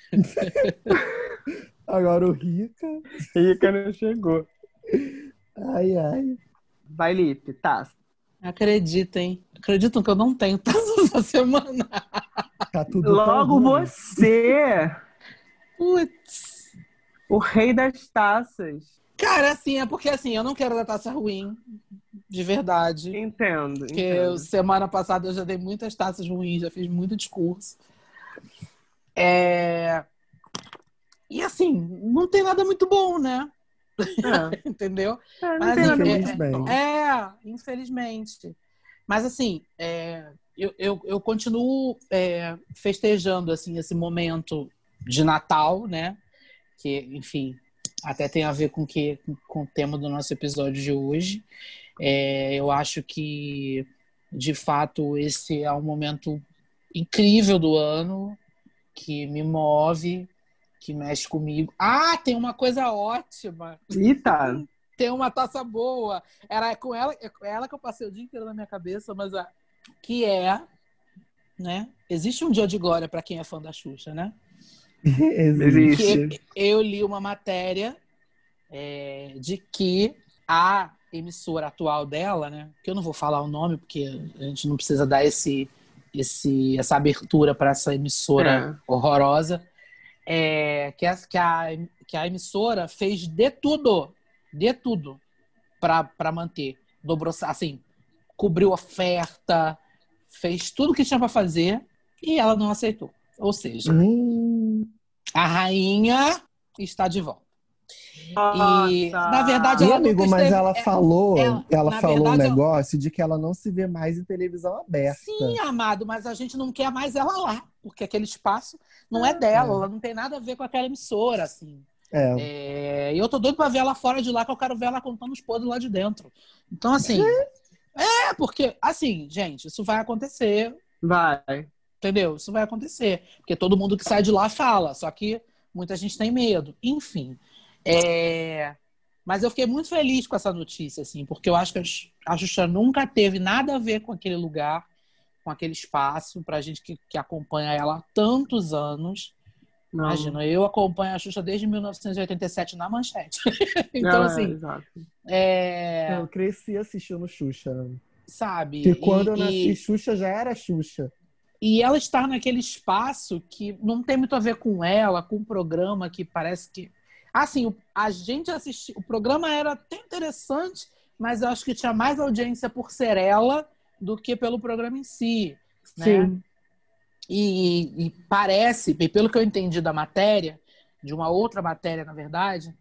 Agora o Rica. rica não chegou. Ai, ai. Vai, Lipe, tá. Acredita, hein? Acreditam que eu não tenho taça essa semana. Tá tudo tão Logo ruim. você, Putz. o rei das taças. Cara, assim, é porque assim, eu não quero dar taça ruim, de verdade. Entendo, Porque entendo. semana passada eu já dei muitas taças ruins, já fiz muito discurso. É... E assim, não tem nada muito bom, né? É. Entendeu? É, não Mas, tem assim, nada muito Infelizmente. bom. É, infelizmente. Mas assim, é, eu, eu, eu continuo é, festejando assim, esse momento de Natal, né? Que, enfim, até tem a ver com, que, com o tema do nosso episódio de hoje. É, eu acho que, de fato, esse é um momento incrível do ano, que me move, que mexe comigo. Ah, tem uma coisa ótima! Eita! Tem uma taça boa. Era com ela, é com ela que eu passei o dia inteiro na minha cabeça, mas a, que é, né? Existe um dia de glória para quem é fã da Xuxa, né? Existe. Que eu li uma matéria é, de que a emissora atual dela, né? Que eu não vou falar o nome porque a gente não precisa dar esse, esse, essa abertura para essa emissora É. horrorosa. É, que, a, que, a, que a emissora fez de tudo, de tudo para manter. Dobrou, assim, cobriu oferta, fez tudo que tinha para fazer e ela não aceitou. Ou seja, Hum, a rainha está de volta. Nossa. E, na verdade, E, ela amigo, nunca mas esteve... ela é- falou, ela- ela na falou um verdade, ela- negócio de que ela não se vê mais em televisão aberta. Sim, amado, mas a gente não quer mais ela lá, porque aquele espaço não é dela, É. ela não tem nada a ver com aquela emissora, assim. É. É, e eu tô doido pra ver ela fora de lá, que eu quero ver ela contando os podres lá de dentro. Então, assim... é, porque, assim, gente, isso vai acontecer, Vai. entendeu? Isso vai acontecer. Porque todo mundo que sai de lá fala, só que muita gente tem medo. Enfim. É... Mas eu fiquei muito feliz com essa notícia, assim, porque eu acho que a Xuxa nunca teve nada a ver com aquele lugar, com aquele espaço, pra gente que, que acompanha ela há tantos anos. Não. Imagina, eu acompanho a Xuxa desde mil novecentos e oitenta e sete na Manchete. Então, Ela- assim, exato. é, Eu cresci assistindo Xuxa. sabe? Que quando E, eu nasci, e, Xuxa já era Xuxa. e ela estar naquele espaço que não tem muito a ver com ela, com o programa que parece que. Assim, o- a gente assistiu. O programa era até interessante, mas eu acho que tinha mais audiência por ser ela do que pelo programa em si, né? Sim. E, e parece, e pelo que eu entendi da matéria, de uma outra matéria, na verdade,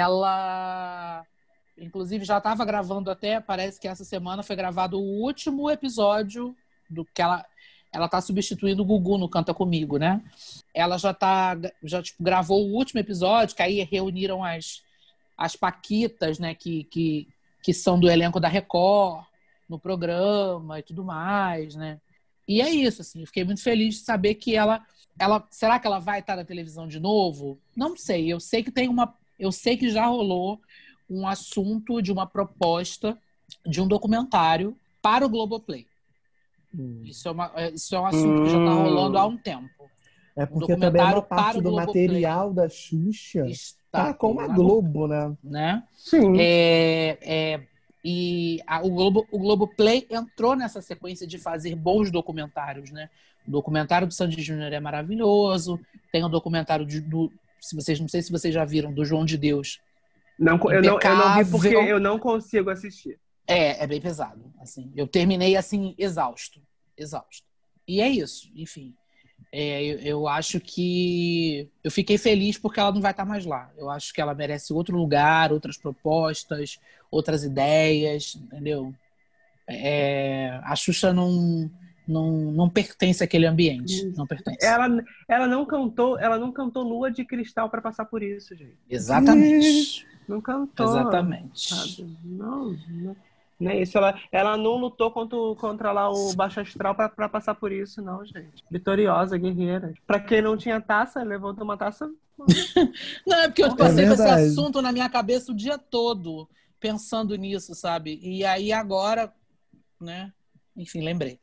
ela, inclusive, já estava gravando até, parece que essa semana foi gravado o último episódio do que ela. Ela está substituindo o Gugu no Canta Comigo, né? Ela já tá, já tipo, gravou o último episódio, que aí reuniram as, as paquitas, né? Que, que, que são do elenco da Record no programa e tudo mais, né? E é isso, assim, eu fiquei muito feliz de saber que ela, ela, será que ela vai estar na televisão de novo? Não sei, eu sei que tem uma, eu sei que já rolou um assunto de uma proposta de um documentário para o Globoplay. Hum. Isso é, uma, isso é um assunto que já está rolando há um tempo. É Um porque também uma documentário para parte o do Globoplay. material da Xuxa Está tá com a lá no- Globo, né? né? Sim. É, é, e a- o, Globo, o Globoplay entrou nessa sequência de fazer bons documentários, né? O documentário do Sandy Júnior é maravilhoso. Tem o documentário de- do. Se vocês, não sei se vocês já viram, do João de Deus. Não, eu, não, eu não vi porque Impecável. eu não consigo assistir. É, é bem pesado. Assim, eu terminei assim, exausto. Exausto. E é isso, enfim. É, eu, eu acho que. Eu fiquei feliz porque ela não vai estar mais lá. Eu acho que ela merece outro lugar, outras propostas, outras ideias, entendeu? É, a Xuxa não, não, não pertence àquele ambiente. Não pertence. Ela, ela não cantou, ela não cantou Lua de Cristal para passar por isso, gente. Exatamente. Não cantou. Exatamente. Sabe? Não, não, não é isso. Ela, ela não lutou contra, o- contra lá o Baixo Astral para passar por isso, não, gente. Vitoriosa, guerreira. Para quem não tinha taça, levantou uma taça. Não, é porque eu É passei com esse verdade. assunto na minha cabeça o dia todo, pensando nisso, sabe? E aí agora, né? Enfim, lembrei.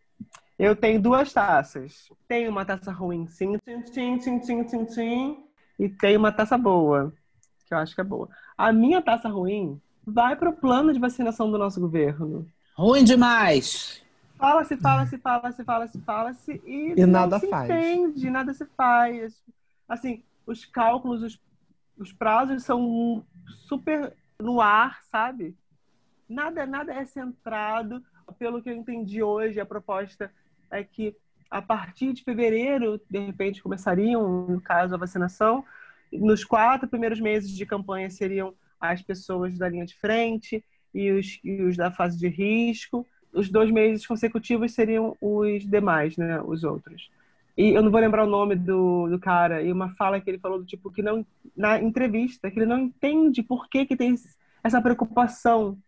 Eu tenho duas taças. Tem uma taça ruim, sim, sim, sim, sim, sim, sim, sim. E tem uma taça boa, que eu acho que é boa. A minha taça ruim vai para o plano de vacinação do nosso governo. Ruim demais. Fala-se, fala-se, fala-se, fala-se, fala-se e, E não nada se faz. entende, nada se faz. Assim, os cálculos, os, os prazos são super no ar, sabe? Nada, nada é centrado. Pelo que eu entendi hoje, a proposta é que a partir de fevereiro, de repente, começariam, no caso, a vacinação. Nos quatro primeiros meses de campanha seriam as pessoas da linha de frente e os, e os da fase de risco. Os dois meses consecutivos seriam os demais, né? Os outros. E eu não vou lembrar o nome do, do cara, e uma fala que ele falou do tipo que não, na entrevista, que ele não entende por que, que tem essa preocupação,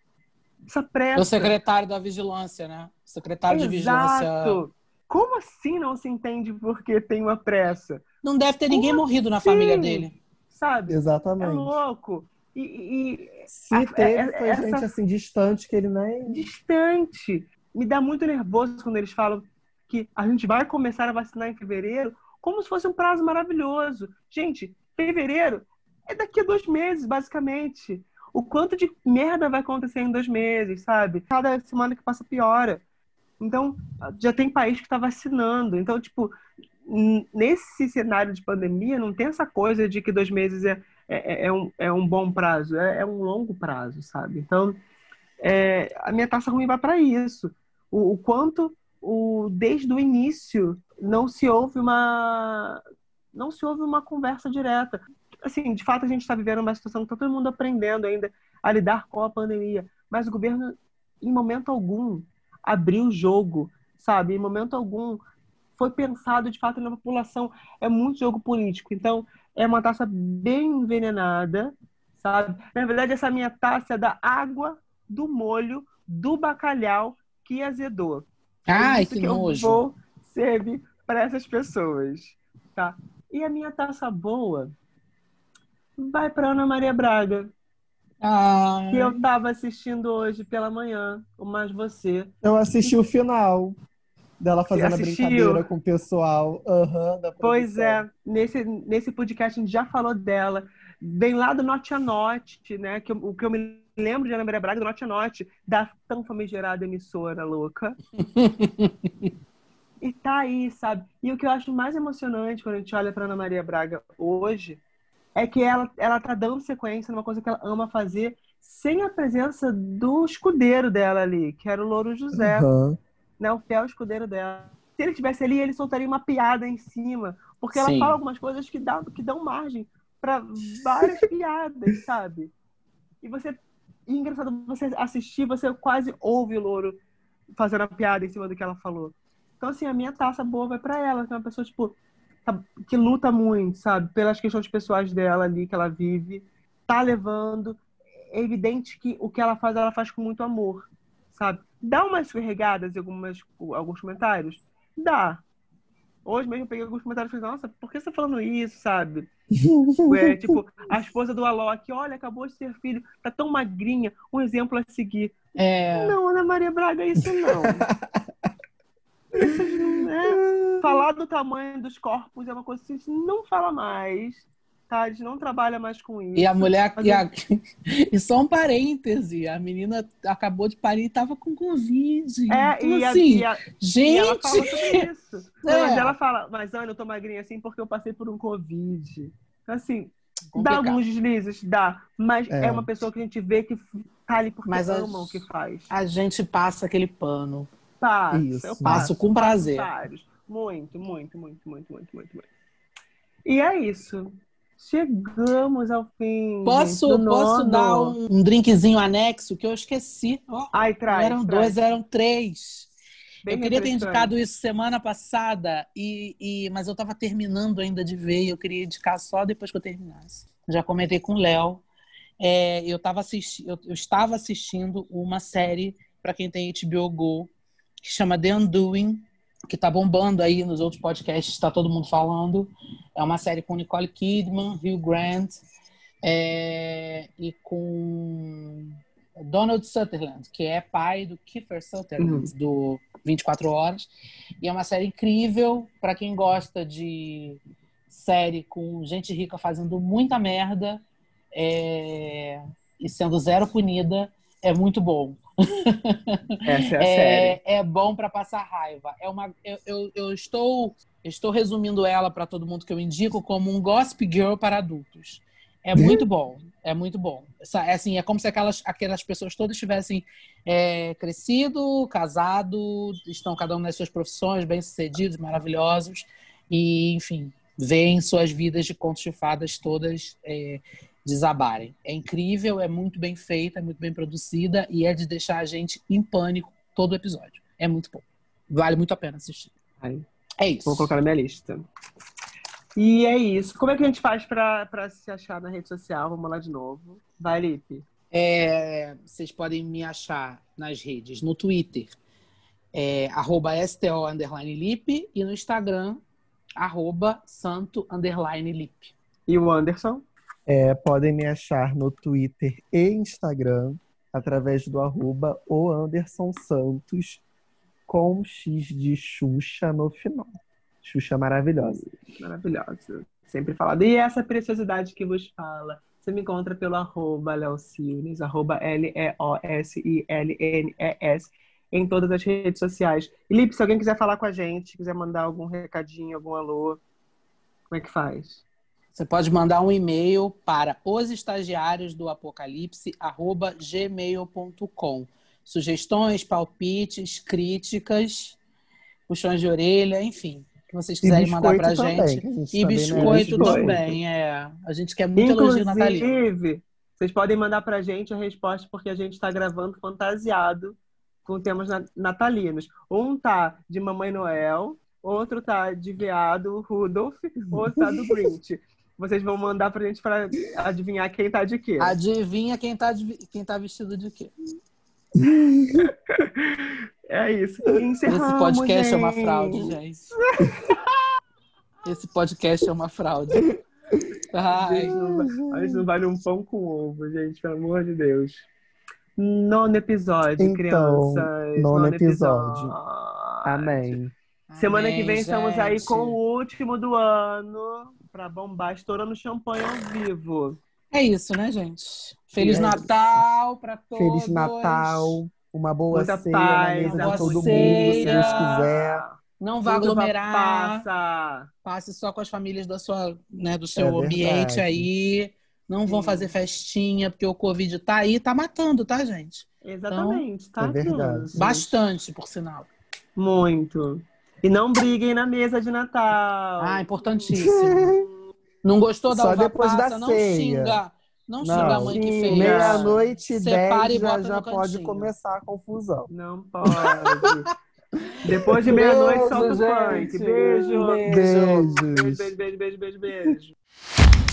essa pressa. O secretário da Vigilância, né? O secretário de Vigilância. Exato. Como assim não se entende por que tem uma pressa? Não deve ter ninguém Como morrido na assim? família dele. Sabe? É Exatamente. louco. E, e- Se a- teve, é- foi essa- gente assim distante que ele nem. distante. Me dá muito nervoso quando eles falam que a gente vai começar a vacinar em fevereiro, como se fosse um prazo maravilhoso. Gente, fevereiro é daqui a dois meses, basicamente. O quanto de merda vai acontecer em dois meses, sabe? Cada semana que passa piora. Então, já tem país que está vacinando. Então, tipo, n- nesse cenário de pandemia, não tem essa coisa de que dois meses é, é, é, um, é um bom prazo, é, é um longo prazo, sabe? Então, é, a minha taça ruim vai para isso. O, o quanto, o, desde o início, não se houve uma, não se houve uma conversa direta. Assim, de fato, a gente está vivendo uma situação que está todo mundo aprendendo ainda a lidar com a pandemia, mas o governo, em momento algum, abriu o jogo, sabe? Em momento algum foi pensado, de fato, na população. É muito jogo político. Então, é uma taça bem envenenada, sabe? Na verdade, essa minha taça é da água do molho do bacalhau que azedou. É Ai, isso que que eu nojo. vou servir para essas pessoas, tá? E a minha taça boa vai para Ana Maria Braga, Ai. que eu estava assistindo hoje pela manhã, o Mais Você. Eu assisti o final. Dela fazendo a Assistiu. brincadeira com o pessoal. Aham, da Pois produção. é, nesse, nesse podcast a gente já falou dela. Bem lá do Norte a Norte, né? Que eu- o que eu me lembro de Ana Maria Braga, do Norte a Norte, da tão famigerada emissora louca. E tá aí, sabe? E o que eu acho mais emocionante quando a gente olha pra Ana Maria Braga hoje é que ela, ela tá dando sequência numa coisa que ela ama fazer sem a presença do escudeiro dela ali, que era o Louro José, Aham. né? O fiel escudeiro dela. Se ele tivesse ali, ele soltaria uma piada em cima, porque ela Sim. fala algumas coisas que, dá, que dão margem pra várias piadas, sabe? E você... E engraçado, você assistir, você quase ouve o Louro fazendo a piada em cima do que ela falou. Então, assim, a minha taça boa vai pra ela, que é uma pessoa, tipo, tá- que luta muito, sabe? Pelas questões pessoais dela ali, que ela vive. Tá levando. É evidente que o que ela faz, ela faz com muito amor, sabe? Dá umas escorregadas em algumas, alguns comentários? Dá. Hoje mesmo eu peguei alguns comentários e falei, nossa, por que você tá falando isso, sabe? É, tipo, a esposa do Alok, olha, acabou de ter filho, tá tão magrinha, um exemplo a seguir. É, Não, Ana Maria Braga, isso não. Isso não é. Falar do tamanho dos corpos é uma coisa que a gente não fala mais, tá? A gente não trabalha mais com isso. e a mulher. Mas E, eu- a- e só um parêntese: a menina acabou de parir e tava com Covid. É, Então, e, a- assim, e a- e ela gente. fala sobre isso. Não, mas É. ela fala, mas Ana, eu tô magrinha assim porque eu passei por um Covid. Então, assim, dá Complicado. alguns deslizes, dá. Mas é. É. uma pessoa que a gente vê que tá ali porque Mas a- ama o que faz. A gente passa aquele pano. Passa, Isso. eu Passo passo. com prazer. Vários. Muito, muito, muito, muito, muito, muito, muito. E é isso. Chegamos ao fim. Posso, gente, do posso nono. dar um, um drinkzinho anexo que eu esqueci? Ó, Ai, não traz. eram traz. dois, eram três. Bem eu queria ter refrescante. indicado isso semana passada, e, e- mas eu estava terminando ainda de ver e eu queria indicar só depois que eu terminasse. Já comentei com o Léo. É, eu, tava assisti eu, eu estava assistindo uma série para quem tem H B O Go que chama The Undoing, que tá bombando aí nos outros podcasts, está todo mundo falando. É uma série com Nicole Kidman, Hugh Grant é, e com Donald Sutherland, que é pai do Kiefer Sutherland, Uhum. do vinte e quatro horas. E é uma série incrível para quem gosta de série com gente rica fazendo muita merda é, e sendo zero punida. É muito bom. Essa é a série. É, é bom para passar raiva. É uma, eu, eu, eu estou, eu estou resumindo ela para todo mundo que eu indico como um Gossip Girl para adultos. É muito bom, é muito bom. Essa- é, assim, é como se aquelas, aquelas pessoas todas tivessem é, crescido, casado, estão cada um nas suas profissões, bem-sucedidos, maravilhosos, e, enfim, veem suas vidas de contos de fadas todas é, desabarem. É incrível, é muito bem feita, é muito bem produzida e é de deixar a gente em pânico todo o episódio. É muito bom. Vale muito a pena assistir. Ai, É isso. vou colocar na minha lista. E é isso. Como é que a gente faz pra, pra se achar na rede social? Vamos lá de novo. Vai, Lipe. É, vocês podem me achar nas redes, no Twitter, é, arroba sto underline lip, e no Instagram, arroba santo underline lip. E o Anderson? É, podem me achar no Twitter e Instagram através do arroba o Anderson Santos com X de Xuxa no final. Xuxa maravilhosa. Maravilhosa. Sempre falado. E essa preciosidade que vos fala. Você me encontra pelo arroba Leocilnes, arroba L E O S I L N E S, em todas as redes sociais. E, Lipe, se alguém quiser falar com a gente, quiser mandar algum recadinho, algum alô, como é que faz? Você pode mandar um e-mail para osestagiários do apocalipse arroba gmail ponto com. Sugestões, palpites, críticas, puxões de orelha, enfim, o que vocês quiserem mandar pra também, gente. que a gente E também biscoito merece biscoito. também, é. A gente quer muito elogio natalino. Inclusive, vocês podem mandar pra gente a resposta, porque a gente está gravando fantasiado com temas na- natalinos. Um tá de Mamãe Noel, outro tá de Veado Rudolph, outro tá do Grinch. Vocês vão mandar pra gente pra adivinhar quem tá de quê. Adivinha quem tá, de- quem tá vestido de quê? É isso. Encerramos, Esse podcast gente. é uma fraude, gente. Esse podcast é uma fraude. A Ai. gente não vai, a gente não vai num pão com ovo, gente, pelo amor de Deus. Nono episódio, Então, crianças. nono episódio. episódio. Amém. Semana Amém, que vem estamos aí gente. com o último do ano pra bombar, estourando champanhe ao vivo. É isso, né, gente? Feliz É Natal pra todos. Feliz Natal, uma boa Muita ceia na paz, mesa Uma de boa todo mundo, se ceia. Deus quiser. Não vá Muito aglomerar. passa. Passe só com as famílias da sua, né, do É seu ambiente verdade. aí. Não vão Sim. fazer festinha, porque o Covid tá aí, tá matando, tá, gente? Exatamente, tá é verdade. mesmo. Bastante, por sinal. Muito. E não briguem na mesa de Natal. Ah, importantíssimo. Não gostou da Só uva depois da passa? Não ceia. xinga. Não xinga Não, a mãe que xinga. fez. meia-noite e Separa dez e já, bota já no pode cantinho. começar a confusão. Não pode. Depois de meia-noite, solta o Beijo, funk. gente. Beijo. Beijo. Beijos. Beijo, beijo, beijo, beijo, beijo, beijo.